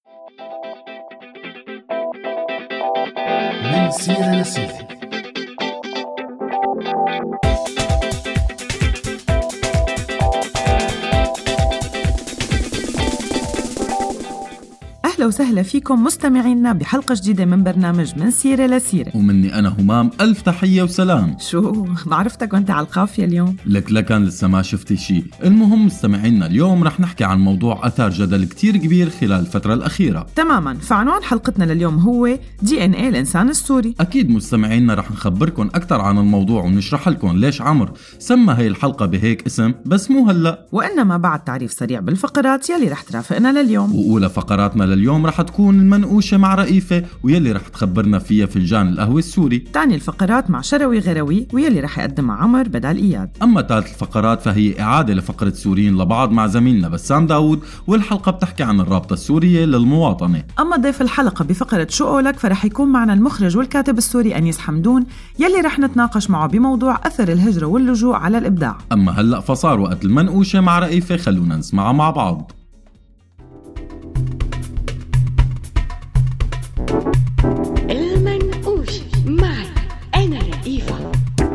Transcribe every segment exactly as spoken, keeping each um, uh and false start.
من سيرة لسيرة. أهلا وسهلا فيكم مستمعينا بحلقة جديدة من برنامج من سيرة لسيرة. ومني أنا همام ألف تحية وسلام. شو معرفتك وانت على القافية اليوم؟ لك لكان لسه ما شفتي شي. المهم مستمعينا اليوم رح نحكي عن موضوع أثار جدل كتير كبير خلال الفترة الأخيرة. تماما، فعنوان حلقتنا لليوم هو دي إن إيه الإنسان السوري. أكيد مستمعينا رح نخبركم أكتر عن الموضوع ونشرح لكم ليش عمر سمى هاي الحلقة بهيك اسم، بس مو هلأ وإنما بعد تعريف سريع بالفقرات يلي رح ترافقنا لليوم. وأولى فقراتنا لليوم رح تكون المنقوشة مع رئيفة ويلي رح تخبرنا فيها فنجان القهوة السوري. تاني الفقرات مع شروي غروي ويلي رح يقدمها عمر بدل إياد. أما ثالث الفقرات فهي إعادة لفقرة سوريين لبعض مع زميلنا بسام داود، والحلقة بتحكي عن الرابطة السورية للمواطنة. أما ضيف الحلقة بفقرة شو قولك فرح يكون معنا المخرج والكاتب السوري أنيس حمدون يلي رح نتناقش معه بموضوع أثر الهجرة واللجوء على الإبداع. أما هلأ فصار وقت المنقوشة مع رئيفة، خلونا نسمعها مع بعض. المنقوش معي أنا رئيفة.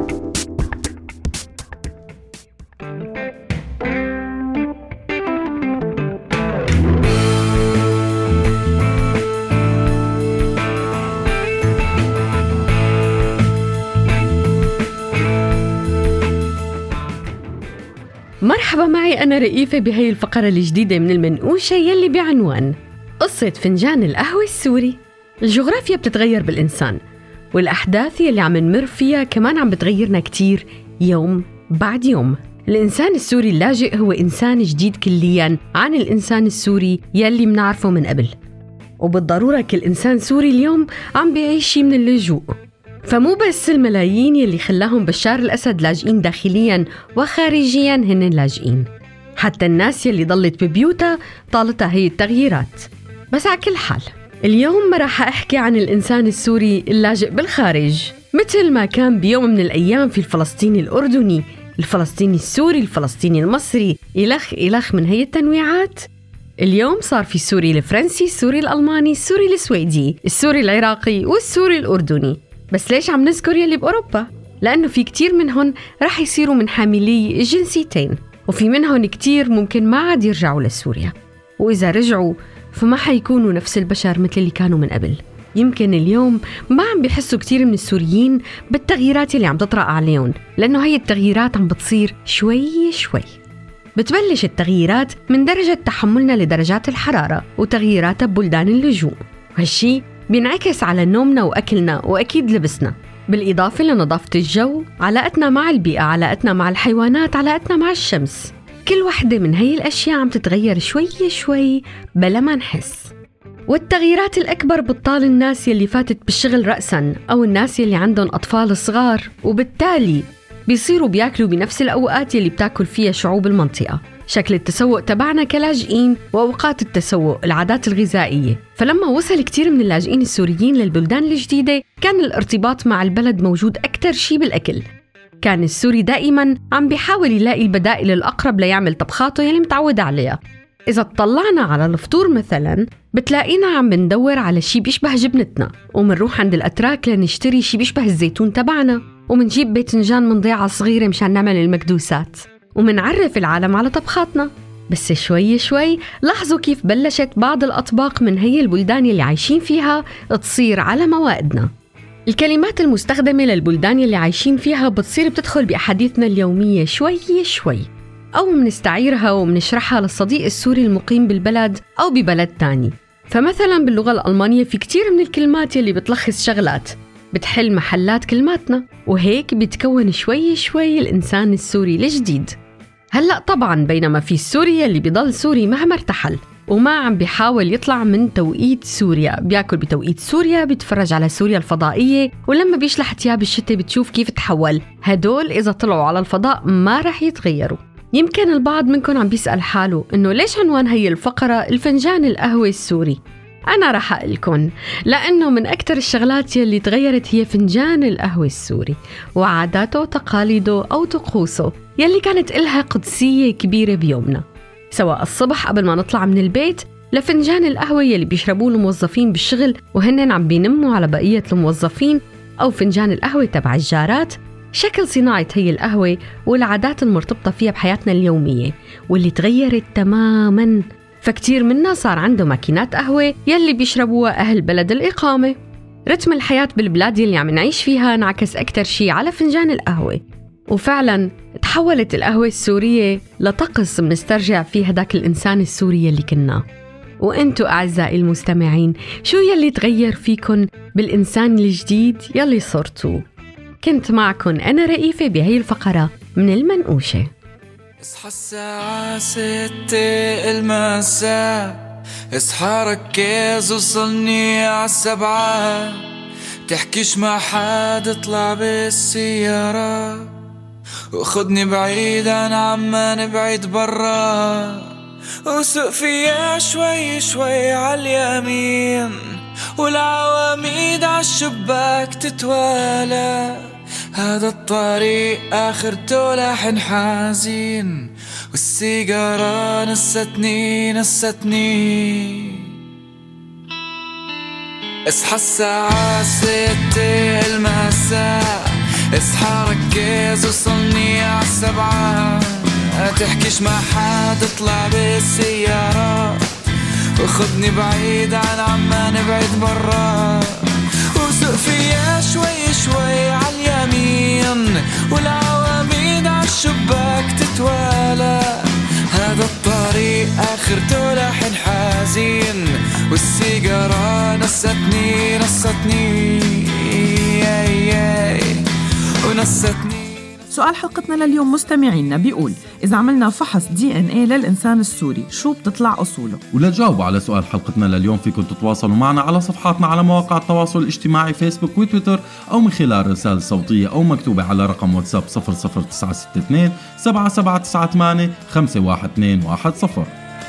مرحبا، معي أنا رئيفة بهاي الفقرة الجديدة من المنقوشة يلي بعنوان قصة فنجان القهوة السوري. الجغرافيا بتتغير بالإنسان، والأحداث يلي عم نمر فيها كمان عم بتغيرنا كتير يوم بعد يوم. الإنسان السوري اللاجئ هو إنسان جديد كلياً عن الإنسان السوري يلي منعرفه من قبل، وبالضرورة كل إنسان سوري اليوم عم بيعيش شي من اللجوء. فمو بس الملايين يلي خلاهم بشار الأسد لاجئين داخلياً وخارجياً هن لاجئين، حتى الناس يلي ضلت ببيوتها طالتها هي التغييرات. بس على كل حال اليوم ما راح أحكي عن الإنسان السوري اللاجئ بالخارج مثل ما كان بيوم من الأيام في الفلسطيني الأردني، الفلسطيني السوري، الفلسطيني المصري، إلخ إلخ من هي التنويعات. اليوم صار في السوري الفرنسي، السوري الألماني، السوري السويدي، السوري العراقي والسوري الأردني. بس ليش عم نذكر يلي بأوروبا؟ لأنه في كتير منهم رح يصيروا من حاملي الجنسيتين، وفي منهم كتير ممكن ما عاد يرجعوا لسوريا، وإذا رجعوا فما حيكونوا نفس البشر مثل اللي كانوا من قبل. يمكن اليوم ما عم بيحسوا كتير من السوريين بالتغييرات اللي عم تطرأ عليهم، لأنه هاي التغييرات عم بتصير شوي شوي. بتبلش التغييرات من درجة تحملنا لدرجات الحرارة وتغييرات ببلدان اللجوء، وهالشي بينعكس على نومنا وأكلنا وأكيد لبسنا، بالإضافة لنظافة الجو، علاقتنا مع البيئة، علاقتنا مع الحيوانات، علاقتنا مع الشمس. كل وحدة من هاي الأشياء عم تتغير شوي شوي بلا ما نحس. والتغييرات الأكبر بتطال الناس يلي فاتت بالشغل رأساً، أو الناس يلي عندهم أطفال صغار، وبالتالي بيصيروا بياكلوا بنفس الأوقات يلي بتاكل فيها شعوب المنطقة. شكل التسوق تبعنا كلاجئين وأوقات التسوق، العادات الغذائية. فلما وصل كتير من اللاجئين السوريين للبلدان الجديدة كان الارتباط مع البلد موجود أكتر شي بالأكل. كان السوري دائماً عم بيحاول يلاقي البدائل الأقرب ليعمل طبخاته يلي متعود عليها. إذا اطلعنا على الفطور مثلاً بتلاقينا عم بندور على شي بيشبه جبنتنا، ومنروح عند الأتراك لنشتري شي بيشبه الزيتون تبعنا، ومنجيب باذنجان من ضيعة صغيرة مشان نعمل المكدوسات، ومنعرف العالم على طبخاتنا. بس شوي شوي لاحظوا كيف بلشت بعض الأطباق من هي البلدان اللي عايشين فيها تصير على موائدنا. الكلمات المستخدمة للبلدان اللي عايشين فيها بتصير بتدخل بأحاديثنا اليومية شوي شوي، أو منستعيرها ومنشرحها للصديق السوري المقيم بالبلد أو ببلد تاني. فمثلا باللغة الألمانية في كتير من الكلمات اللي بتلخص شغلات بتحل محلات كلماتنا، وهيك بيتكون شوي شوي الإنسان السوري الجديد. هلأ طبعاً بينما في سوريا اللي بيضل سوري مهما ارتحل وما عم بيحاول يطلع من توقيت سوريا، بياكل بتوقيت سوريا، بيتفرج على سوريا الفضائية، ولما بيشلح تياب الشتاء بتشوف كيف تحول. هدول إذا طلعوا على الفضاء ما رح يتغيروا. يمكن البعض منكم عم بيسأل حاله إنه ليش عنوان هي الفقرة الفنجان القهوة السوري؟ أنا رح أقلكن، لأنه من أكتر الشغلات يلي تغيرت هي فنجان القهوة السوري وعاداته وتقاليده أو طقوسه يلي كانت إلها قدسية كبيرة بيومنا، سواء الصبح قبل ما نطلع من البيت لفنجان القهوة يلي بيشربوه الموظفين بالشغل وهن عم بينموا على بقية الموظفين، أو فنجان القهوة تبع الجارات، شكل صناعة هي القهوة والعادات المرتبطة فيها بحياتنا اليومية واللي تغيرت تماماً. فكتير منا صار عنده ماكينات قهوة يلي بيشربوها أهل بلد الإقامة. رتم الحياة بالبلاد يلي عم نعيش فيها انعكس أكتر شي على فنجان القهوة، وفعلاً تحولت القهوة السورية لطقس منسترجع فيه هداك الإنسان السوري يلي كنا. وأنتوا أعزائي المستمعين، شو يلي تغير فيكن بالإنسان الجديد يلي صرتوا؟ كنت معكن أنا رئيفة بهي الفقرة من المنقوشة. اصحى الساعة ستة المساء، اصحى ركز وصلني عالسبعة، تحكيش مع حد اطلع بالسيارة، وخدني بعيد عن عمان بعيد برا، وسوق فيها شوي شوي عاليمين، والعواميد عالشباك تتوالى، هذا الطريق آخرته لحن حزين، والسيجارة نستني نستني. اصحى الساعة ستة المساء، اصحى ركز وصلني عالسبعة، تحكيش مع حد اطلع بالسيارة، وخدني بعيد عن عمان بعيد برا، وسوق فيها شوي شوي عاليمين، والعواميد عالشباك تتوالى، هذا الطريق آخرته لحن حزين، والسيجارة نستني نستني ونستني. سؤال حلقتنا لليوم مستمعينا بيقول: إذا عملنا فحص دي إن إيه للإنسان السوري شو بتطلع أصوله؟ ولتجاوبوا على سؤال حلقتنا لليوم فيكم تتواصلوا معنا على صفحاتنا على مواقع التواصل الاجتماعي فيسبوك وتويتر، أو من خلال رسالة صوتية أو مكتوبة على رقم واتساب صفر صفر تسعة ستة اثنين سبعة سبعة تسعة ثمانية خمسة واحد اثنين واحد صفر.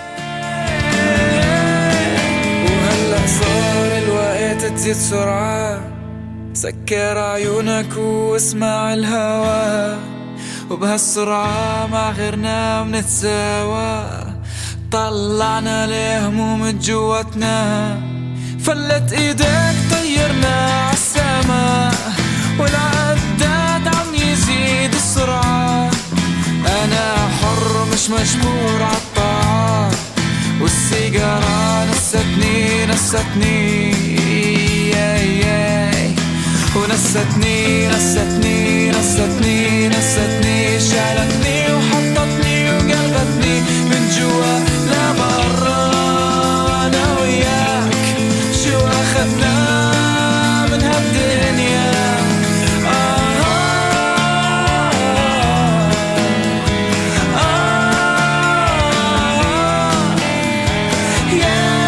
وهلأ صار الوقت تزيد سرعة، سكر عيونك واسمع الهوا، وبهالسرعة مع غيرنا منتساوى، طلعنا الهموم جواتنا، فلت ايدك طيرنا عالسما، والعداد عم يزيد السرعة، انا حر مش مجبور عالطاعة، والسيجارة نستني نستني ونستني نستني نستني نستني، شالتني وحطتني وقلبتني من جوا لبرا، أنا وياك شو أخذنا من هالدنيا. آه آه آه yeah.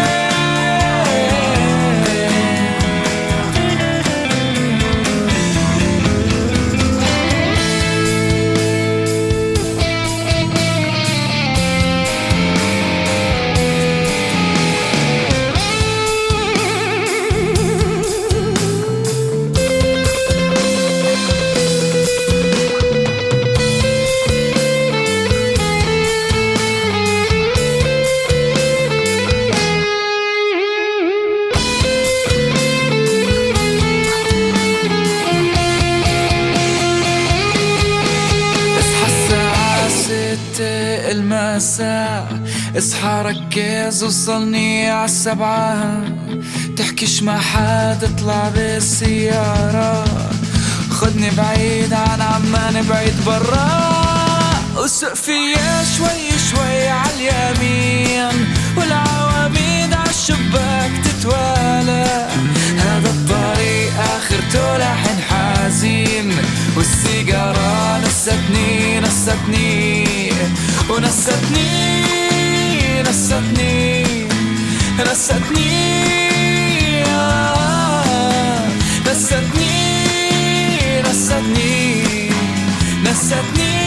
المساء، اصحى ركز وصلني عالسبعة، تحكيش مع حد اطلع بالسيارة، خدني بعيد عن عمان بعيد برا، وسوق فيها شوي شوي عاليمين، والعواميد عالشباك تتوالى، هذا الطريق آخرته لحن حزين، والسيجارة نستني نستني ونستني نستني نستني نستني نستني نستني.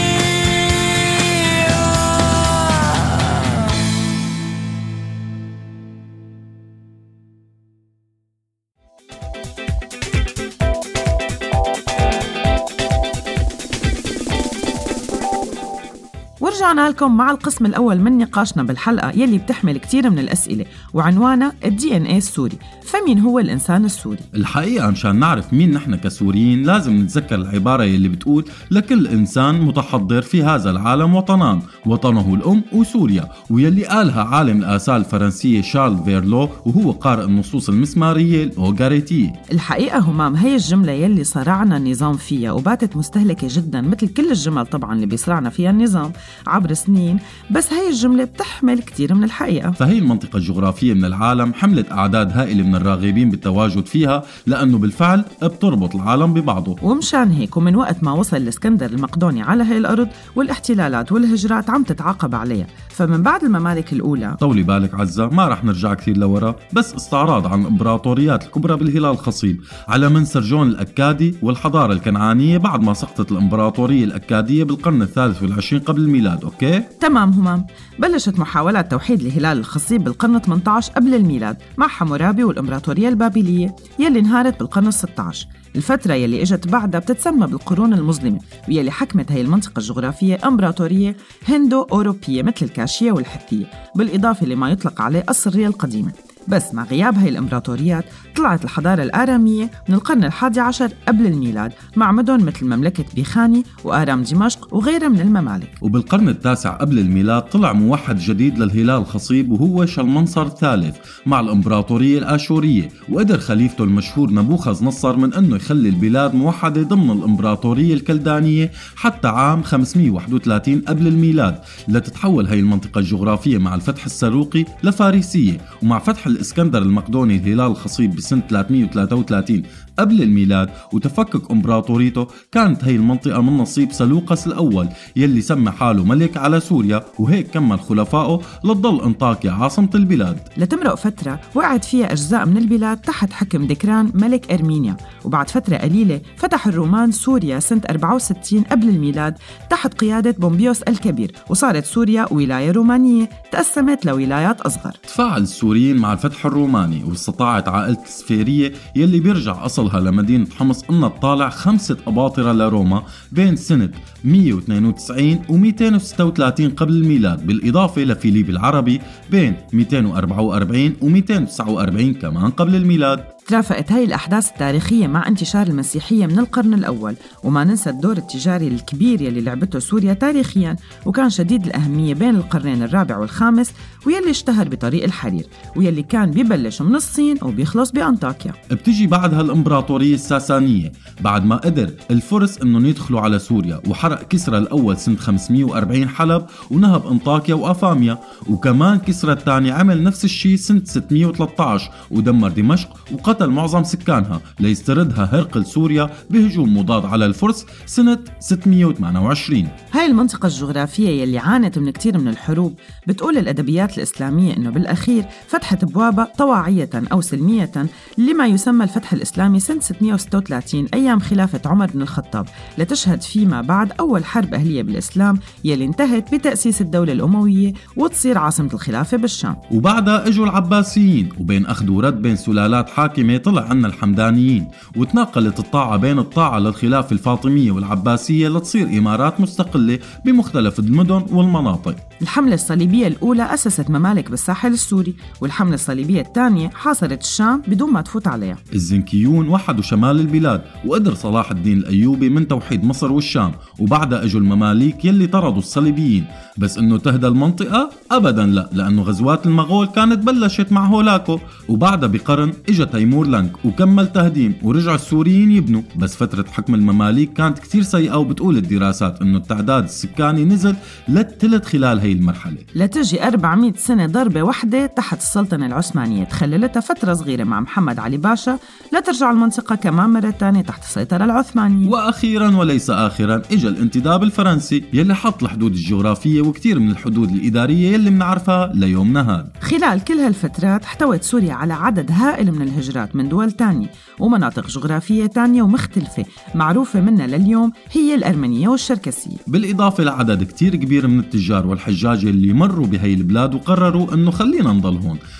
ورجعنا لكم مع القسم الأول من نقاشنا بالحلقة يلي بتحمل كتير من الأسئلة وعنوانها الدي ان اي السوري. فمين هو الإنسان السوري؟ الحقيقة مشان نعرف مين نحن كسوريين لازم نتذكر العبارة يلي بتقول لكل إنسان متحضر في هذا العالم وطنان، وطنه الأم وسوريا، ويلي قالها عالم الآثار الفرنسية شارل فيرلو وهو قارئ النصوص المسمارية الأوغاريتية. الحقيقة همام هي الجملة يلي صرعنا النظام فيها وباتت مستهلكة جدا مثل كل الجمل طبعا اللي بيصرعنا فيها النظام عبر سنين، بس هاي الجملة بتحمل كتير من الحقيقة. فهي المنطقة الجغرافية من العالم حملت أعداد هائلة من الراغبين بالتواجد فيها لأنه بالفعل بتربط العالم ببعضه. ومشان هيك ومن وقت ما وصل الإسكندر المقدوني على هاي الأرض والاحتلالات والهجرات عم تتعاقب عليها، فمن بعد الممالك الأولى طولي بالك عزة ما رح نرجع كثير لورا، بس استعراض عن الإمبراطوريات الكبرى بالهلال الخصيب على من سرجون الأكادي والحضارة الكنعانية بعد ما سقطت الإمبراطورية الأكادية بالقرن الثالث والعشرين قبل الميلاد. أوكي تمام همام. بلشت محاولات توحيد الهلال الخصيب بالقرن ثمانية عشر قبل الميلاد مع حمورابي والإمبراطورية البابلية يلي انهارت بالقرن الستة عشر. الفترة يلي اجت بعدها بتتسمى بالقرون المظلمة، ويلي حكمت هاي المنطقة الجغرافية إمبراطورية هندو أوروبية مثل الكاشية والحتية، بالإضافة لما يطلق عليه الصرية القديمة. بس مع غياب هاي الإمبراطوريات طلعت الحضارة الآرامية من القرن الحادي عشر قبل الميلاد مع مدن مثل مملكة بيخاني وآرام دمشق وغيرها من الممالك. وبالقرن التاسع قبل الميلاد طلع موحد جديد للهلال الخصيب وهو شلمنصر الثالث مع الإمبراطورية الآشورية، وقدر خليفته المشهور نبوخذ نصر من أنه يخلي البلاد موحدة ضمن الإمبراطورية الكلدانية حتى عام خمسمية وواحد وثلاثين قبل الميلاد، لتتحول هاي المنطقة الجغرافية مع الفتح السلوقي لفارسية، ومع فتح الإسكندر المقدوني الهلال الخصيب بسنة ثلاثمية وثلاثة وثلاثين قبل الميلاد وتفكك إمبراطوريته، كانت هاي المنطقة من نصيب سلوقس الأول يلي سمى حاله ملك على سوريا، وهيك كمل خلفائه لتضل أنطاكيا عاصمة البلاد. لتمرق فترة وقعت فيها أجزاء من البلاد تحت حكم دكران ملك أرمينيا، وبعد فترة قليلة فتح الرومان سوريا سنة أربعة وستين قبل الميلاد تحت قيادة بومبيوس الكبير، وصارت سوريا ولاية رومانية تقسمت لولايات أصغر. تفاعل السوريين مع الفتح الروماني واستطاعت عائلة السفيرية يلي بيرجع أصل لمدينة حمص أنها تطالع خمسة أباطرة لروما بين سنة مية واثنين وتسعين و مئتين وستة وثلاثين قبل الميلاد، بالإضافة لفيليب العربي بين مئتين وأربعة وأربعين و مئتين وتسعة وأربعين كمان قبل الميلاد. ترافقت هاي الأحداث التاريخية مع انتشار المسيحية من القرن الأول، وما ننسى الدور التجاري الكبير يلي لعبته سوريا تاريخيا وكان شديد الأهمية بين القرنين الرابع والخامس، ويلي اشتهر بطريق الحرير ويلي كان بيبلش من الصين وبيخلص بأنطاكيا. بتجي بعدها الإمبراطورية الساسانية بعد ما قدر الفرس إنه يدخلوا على سوريا، وحرق كسرى الأول سنة خمسمية وأربعين حلب ونهب أنطاكيا وأفاميا، وكمان كسرى الثاني عمل نفس الشيء سنة ستمية وثلاثة عشر ودمر دمشق وقتل قتل معظم سكانها ليستردها هرقل سوريا بهجوم مضاد على الفرس سنة ستمية وثمانية وعشرين. هاي المنطقة الجغرافية يلي عانت من كتير من الحروب بتقول الأدبيات الإسلامية إنه بالأخير فتحت أبوابها طواعية أو سلمية لما يسمى الفتح الإسلامي سنة ستمية وستة وثلاثين أيام خلافة عمر بن الخطاب، لتشهد فيما بعد أول حرب أهلية بالإسلام يلي انتهت بتأسيس الدولة الأموية وتصير عاصمة الخلافة بالشام. وبعدها اجوا العباسيين، وبين أخذ ورد بين سلالات حاكمة طلع عنا الحمدانيين، وتناقلت الطاعة بين الطاعة للخلافة الفاطمية والعباسية لتصير إمارات مستقلة بمختلف المدن والمناطق. الحملة الصليبية الأولى أسست ممالك بالساحل السوري، والحملة الصليبية الثانية حاصرت الشام بدون ما تفوت عليها. الزنكيون وحدوا شمال البلاد، وقدر صلاح الدين الأيوبي من توحيد مصر والشام، وبعدها اجوا المماليك يلي طردوا الصليبيين. بس انه تهدى المنطقة ابدا لا، لانه غزوات المغول كانت بلشت مع هولاكو، وبعدها بقرن اجى تيمور لنك وكمل تهديم، ورجع السوريين يبنوا. بس فترة حكم المماليك كانت كتير سيئة، وبتقول الدراسات انه التعداد السكاني نزل للثلث خلال هي المرحلة، لتجي أربعمية سنة ضربة واحدة تحت السلطنة العثمانية تخللتها فترة صغيرة مع محمد علي باشا لترجع المنطقة كمان مرة تانية تحت السيطرة العثمانية. واخيرا وليس اخرا اجى الانتداب الفرنسي يلي حط الحدود الجغرافية وكتير من الحدود الإدارية يلي منعرفها ليومنا هذا. خلال كل هالفترات احتوت سوريا على عدد هائل من الهجرات من دول تانية ومناطق جغرافية تانية ومختلفة معروفة منها لليوم هي الأرمنية والشركسية، بالإضافة لعدد كتير كبير من التجار والحجاج اللي مروا بهاي البلاد وقرروا انه خلينا نضل هون،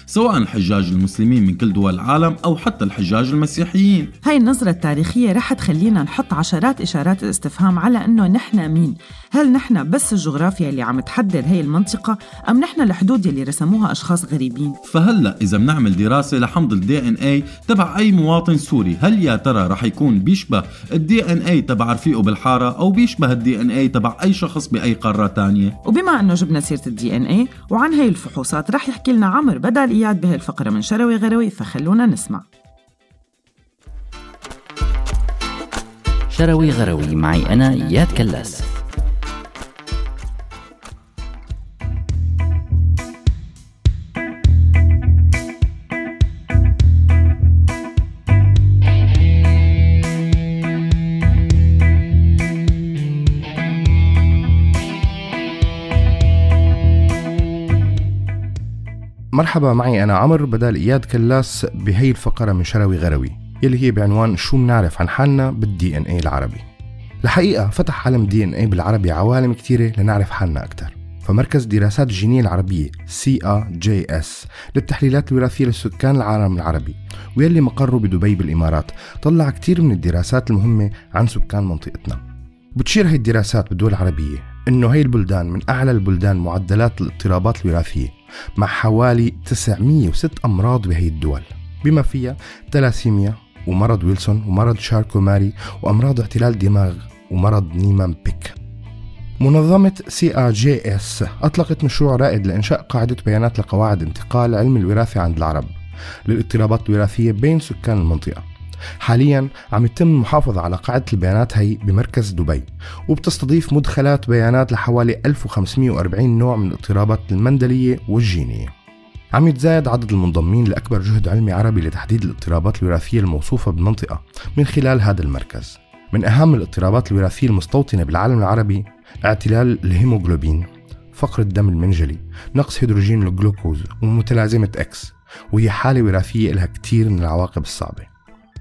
سواء الحجاج المسلمين من كل دول العالم أو حتى الحجاج المسيحيين. هاي النظرة التاريخية رح تخلينا نحط عشرات إشارات الاستفهام على أنه نحن مين؟ هل نحن بس الجغرافيا اللي عم تحدد هاي المنطقة أم نحن الحدود اللي رسموها أشخاص غريبين؟ فهلأ إذا بنعمل دراسة لحمض الدي إن إيه تبع أي مواطن سوري، هل يا ترى رح يكون بيشبه الدي إن إيه تبع رفيقه بالحارة أو بيشبه الدي إن إيه تبع أي شخص بأي قارة تانية؟ وبما أنه جبنا سيرة الدي إن إيه وعن هاي الفحوصات رح يحكي لنا عمر بدال إياد بهاي الفقرة من شروي غروي، فخلونا نسمع. شروي غروي معي أنا إياد كلاس. مرحبا، معي أنا عمر بدال إياد كلاس بهي الفقرة من شروي غروي يلي هي بعنوان شو منعرف عن حالنا بالدي إن إيه العربي. الحقيقة فتح عالم دي إن إيه بالعربي عوالم كتيرة لنعرف حالنا أكتر. فمركز دراسات الجينية العربية سي إيه جي إس للتحليلات الوراثية للسكان العالم العربي ويلي مقره بدبي بالإمارات طلع كتير من الدراسات المهمة عن سكان منطقتنا. بتشير هاي الدراسات بالدول العربية إنه هاي البلدان من أعلى البلدان معدلات الاضطرابات الوراثية، مع حوالي تسعمية وستة أمراض بهي الدول بما فيها تلاسيميا ومرض ويلسون ومرض شاركوماري وأمراض اعتلال دماغ ومرض نيمان بيك. منظمة سي إيه جي إس أطلقت مشروع رائد لإنشاء قاعدة بيانات لقواعد انتقال علم الوراثة عند العرب للاضطرابات الوراثية بين سكان المنطقة. حالياً عم يتم المحافظة على قاعدة البيانات هي بمركز دبي، وبتستضيف مدخلات بيانات لحوالي ألف وخمسمية وأربعين نوع من الاضطرابات المندلية والجينية. عم يتزايد عدد المنضمين لأكبر جهد علمي عربي لتحديد الاضطرابات الوراثية الموصوفة بالمنطقة من خلال هذا المركز. من أهم الاضطرابات الوراثية المستوطنة بالعالم العربي اعتلال الهيموغلوبين، فقر الدم المنجلي، نقص هيدروجين الجلوكوز، ومتلازمة إكس، وهي حالة وراثية لها كتير من العواقب الصعبة.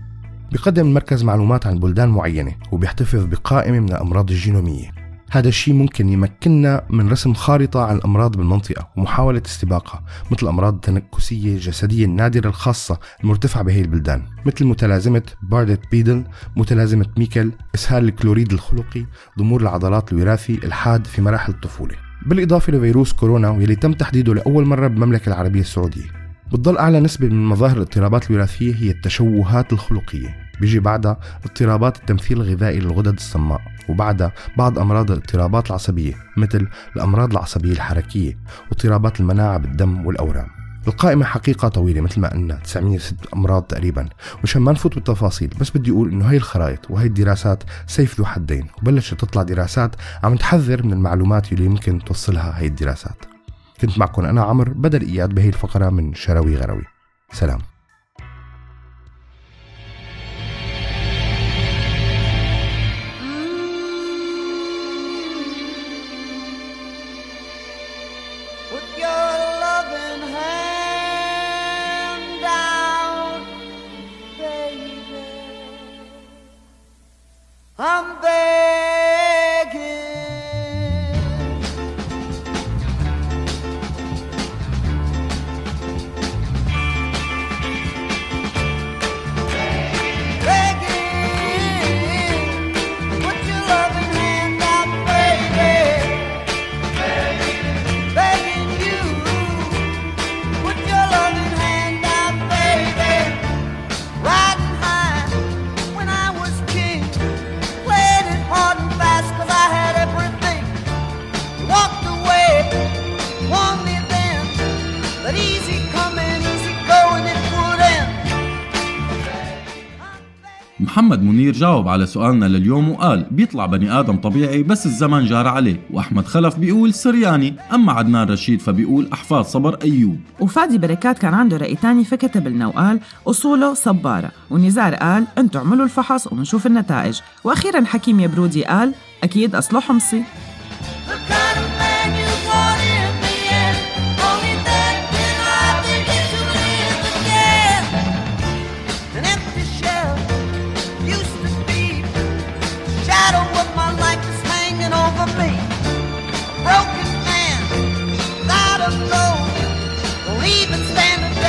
بيقدم المركز معلومات عن بلدان معينة وبيحتفظ بقائمة من الأمراض الجينومية. هذا الشيء ممكن يمكننا من رسم خارطة عن الأمراض بالمنطقة ومحاولة استباقها، مثل الأمراض التنكسية الجسدية النادرة الخاصة المرتفعة بهي البلدان، مثل متلازمة باردت بيدل، متلازمة ميكل، إسهال الكلوريد الخلقي، ضمور العضلات الوراثي الحاد في مراحل الطفولة، بالإضافة لفيروس كورونا واللي تم تحديده لأول مرة بالمملكة العربية السعودية. بتضل أعلى نسبة من مظاهر الاضطرابات الوراثية هي التشوهات الخلقية، بيجي بعدها اضطرابات التمثيل الغذائي للغدد الصماء، وبعدها بعض أمراض الاضطرابات العصبية مثل الأمراض العصبية الحركية واضطرابات المناعة بالدم والأورام. القائمة حقيقة طويلة مثل ما قلنا تسعمية وستة أمراض تقريبا، ومشان ما نفوت بالتفاصيل بس بدي أقول إنه هاي الخرائط وهاي الدراسات سيف ذو حدين، وبلشت تطلع دراسات عم تحذر من المعلومات اللي يمكن توصلها هاي الدراسات. كنت معكم أنا عمر بدل إياد بهي الفقرة من شروي غروي. سلام. محمد منير جاوب على سؤالنا لليوم وقال بيطلع بني آدم طبيعي بس الزمن جار عليه، وأحمد خلف بيقول سرياني، أما عدنان رشيد فبيقول أحفاد صبر أيوب. وفادي بركات كان عنده رأي تاني فكتب لنا وقال أصوله صبارة، ونزار قال أنتوا عملوا الفحص ومنشوف النتائج، وأخيرا حكيم يبرودي قال أكيد أصله حمصي. Broken man, without a soul, don't even stand a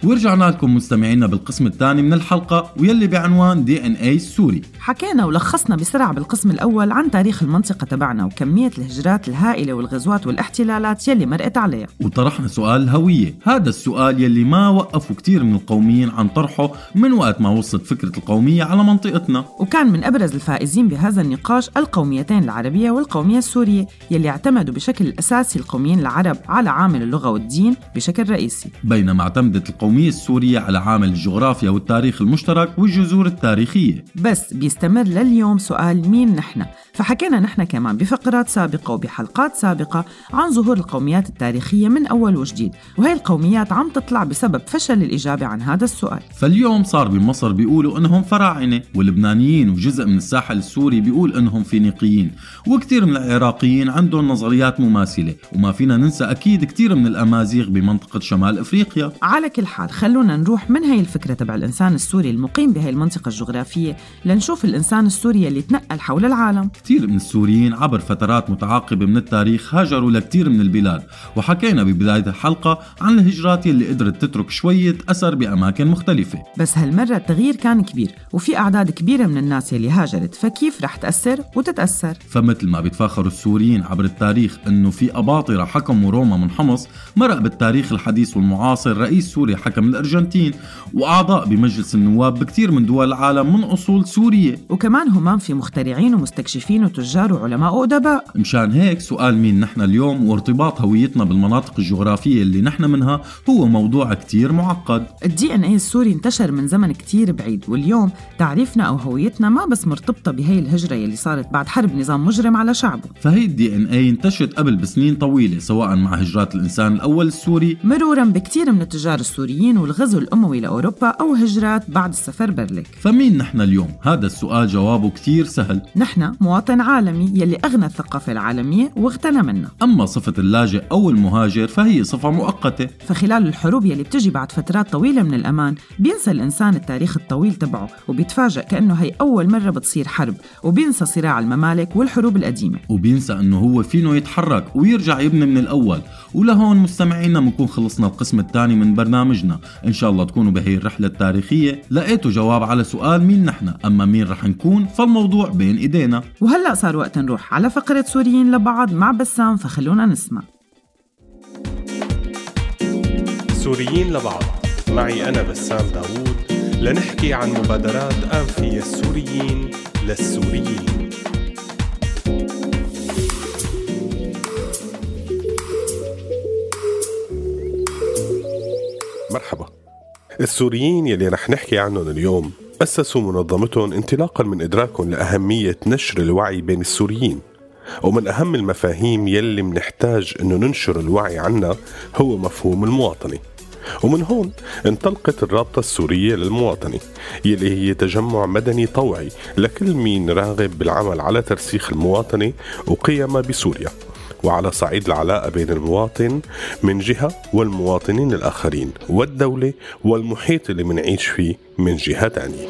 ورجعنا لكم مستمعينا بالقسم الثاني من الحلقة واللي بعنوان دي إن إيه السوري. حكينا ولخصنا بسرعة بالقسم الأول عن تاريخ المنطقة تبعنا وكمية الهجرات الهائلة والغزوات والاحتلالات يلي مرقت عليها، وطرحنا سؤال الهوية، هذا السؤال يلي ما وقفوا كتير من القوميين عن طرحه من وقت ما وصلت فكرة القومية على منطقتنا. وكان من أبرز الفائزين بهذا النقاش القوميتين العربية والقومية السورية يلي اعتمدوا بشكل أساسي القوميين العرب على عامل اللغة والدين بشكل رئيسي، بينما اعتمدت القومية السورية على عامل الجغرافيا والتاريخ المشترك والجذور التاريخية. بس بيستمر لليوم سؤال مين نحن؟ فحكينا نحن كمان بفقرات سابقة وبحلقات سابقة عن ظهور القوميات التاريخية من أول وجديد، وهي القوميات عم تطلع بسبب فشل الإجابة عن هذا السؤال. فاليوم صار بمصر بيقولوا إنهم فراعنة، واللبنانيين وجزء من الساحل السوري بيقول إنهم فينيقيين، وكتير من العراقيين عندهم نظريات مماثلة، وما فينا ننسى أكيد كتير من الأمازيغ بمنطقة شمال أفريقيا. على كل حال خلونا نروح من هاي الفكرة تبع الإنسان السوري المقيم بهاي المنطقة الجغرافية لنشوف الإنسان السوري اللي تنقل حول العالم. كتير من السوريين عبر فترات متعاقبة من التاريخ هاجروا لكتير من البلاد، وحكينا ببداية الحلقة عن الهجرات اللي قدرت تترك شوية أثر بأماكن مختلفة. بس هالمرة التغيير كان كبير وفي أعداد كبيرة من الناس اللي هاجرت، فكيف رح تأثر وتتأثر؟ فمثل ما بيتفاخروا السوريين عبر التاريخ أنه في أباطرة حكموا روما من حمص، مرق بالتاريخ الحديث والمعاصر رئيس سوريا حكم الأرجنتين، وأعضاء بمجلس النواب بكتير من دول العالم من أصول سورية، وكمان همام في مخترعين ومستكشفين وتجار وعلماء وأدباء. مشان هيك سؤال مين نحن اليوم وارتباط هويتنا بالمناطق الجغرافية اللي نحن منها هو موضوع كتير معقد. الدي ان اي السوري انتشر من زمن كتير بعيد، واليوم تعريفنا أو هويتنا ما بس مرتبطة بهي الهجرة اللي صارت بعد حرب نظام مجرم على شعبه. فهي الدي ان اي انتشرت قبل بسنين طويلة، سواء مع هجرات الإنسان الأول السوري مرورا بكتير من التجار السوريين والغزو الأموي لأوروبا أو هجرات بعد السفر برليك. فمين نحن اليوم؟ هذا السؤال جوابه كتير سهل، نحن مواطن عالمي يلي أغنى الثقافة العالمية واغتنى منها. أما صفة اللاجئ أو المهاجر فهي صفة مؤقتة، فخلال الحروب يلي بتجي بعد فترات طويلة من الأمان بينسى الإنسان التاريخ الطويل تبعه وبيتفاجأ كأنه هي أول مرة بتصير حرب، وبينسى صراع الممالك والحروب القديمة، وبينسى أنه هو فينه يتحرك ويرجع يبني من الأول. ولهون مستمعينا بنكون خلصنا القسم الثاني من برنامجنا، إن شاء الله تكونوا بهي الرحلة التاريخية لقيتوا جواب على سؤال مين نحن، أما مين رح نكون فالموضوع بين إيدينا. وهلأ صار وقت نروح على فقرة سوريين لبعض مع بسام، فخلونا نسمع. سوريين لبعض معي أنا بسام داوود، لنحكي عن مبادرات قام فيها السوريين للسوريين. مرحبا. السوريين يلي رح نحكي عنهم اليوم أسسوا منظمتهم انطلاقا من إدراكهم لأهمية نشر الوعي بين السوريين، ومن أهم المفاهيم يلي منحتاج أنه ننشر الوعي عنها هو مفهوم المواطنة. ومن هون انطلقت الرابطة السورية للمواطنة يلي هي تجمع مدني طوعي لكل مين راغب بالعمل على ترسيخ المواطنة وقيمها بسوريا، وعلى صعيد العلاقة بين المواطن من جهة والمواطنين الآخرين والدولة والمحيط اللي منعيش فيه من جهة تانية.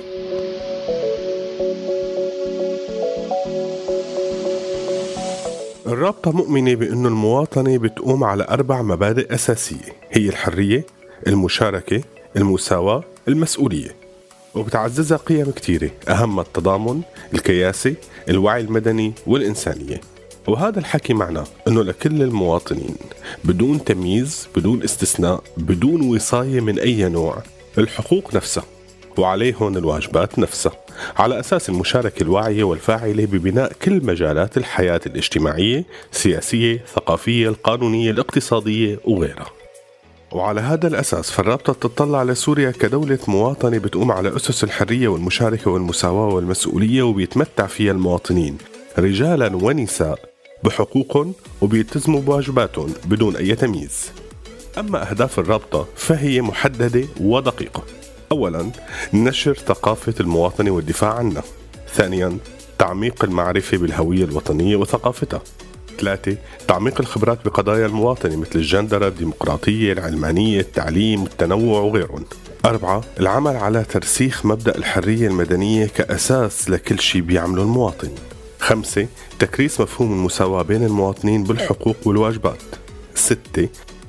الرابطة مؤمنة بأنه المواطنة بتقوم على أربع مبادئ أساسية، هي الحرية، المشاركة، المساواة، المسؤولية، وبتعززها قيم كتيرة أهمها التضامن، الكياسة، الوعي المدني والإنسانية. وهذا الحكي معناه أنه لكل المواطنين بدون تمييز، بدون استثناء، بدون وصاية من أي نوع، الحقوق نفسها وعليهم الواجبات نفسها، على أساس المشاركة الواعية والفاعلة ببناء كل مجالات الحياة الاجتماعية، السياسية، الثقافية، القانونية، الاقتصادية وغيرها. وعلى هذا الأساس فالرابطة تطلع لسوريا كدولة مواطنة بتقوم على أسس الحرية والمشاركة والمساواة والمسؤولية، وبيتمتع فيها المواطنين رجالا ونساء بحقوقهم وبيلتزموا بواجباتهم بدون أي تمييز. أما أهداف الرابطة فهي محددة ودقيقة. أولا، نشر ثقافة المواطنة والدفاع عنها. ثانيا، تعميق المعرفة بالهوية الوطنية وثقافتها. ثلاثة، تعميق الخبرات بقضايا المواطنة مثل الجندرة، الديمقراطية، العلمانية، التعليم، التنوع وغيرهم. أربعة، العمل على ترسيخ مبدأ الحرية المدنية كأساس لكل شيء بيعمله المواطن. خمسة، تكريس مفهوم المساواة بين المواطنين بالحقوق والواجبات. ستة،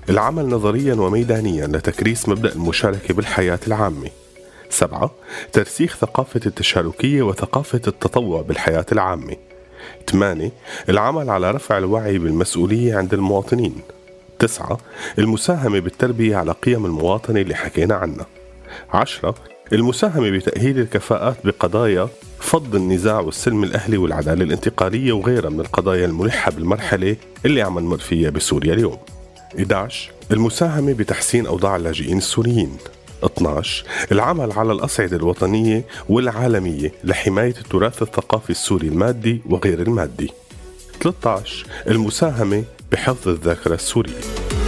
العمل نظريا وميدانيا لتكريس مبدأ المشاركة بالحياة العامة. سبعة ترسيخ ثقافة التشاركية وثقافة التطوع بالحياة العامة. ثمانية العمل على رفع الوعي بالمسؤولية عند المواطنين. تسعة المساهمة بالتربية على قيم المواطنة اللي حكينا عنها. عشرة المساهمة بتأهيل الكفاءات بقضايا فض النزاع والسلم الأهلي والعدالة الانتقالية وغيرها من القضايا الملحة بالمرحلة اللي عم نمر فيها بسوريا اليوم. إحدى عشر المساهمة بتحسين أوضاع اللاجئين السوريين. اثني عشر العمل على الأصعدة الوطنية والعالمية لحماية التراث الثقافي السوري المادي وغير المادي. ثلاثة عشر المساهمة بحفظ الذاكرة السورية.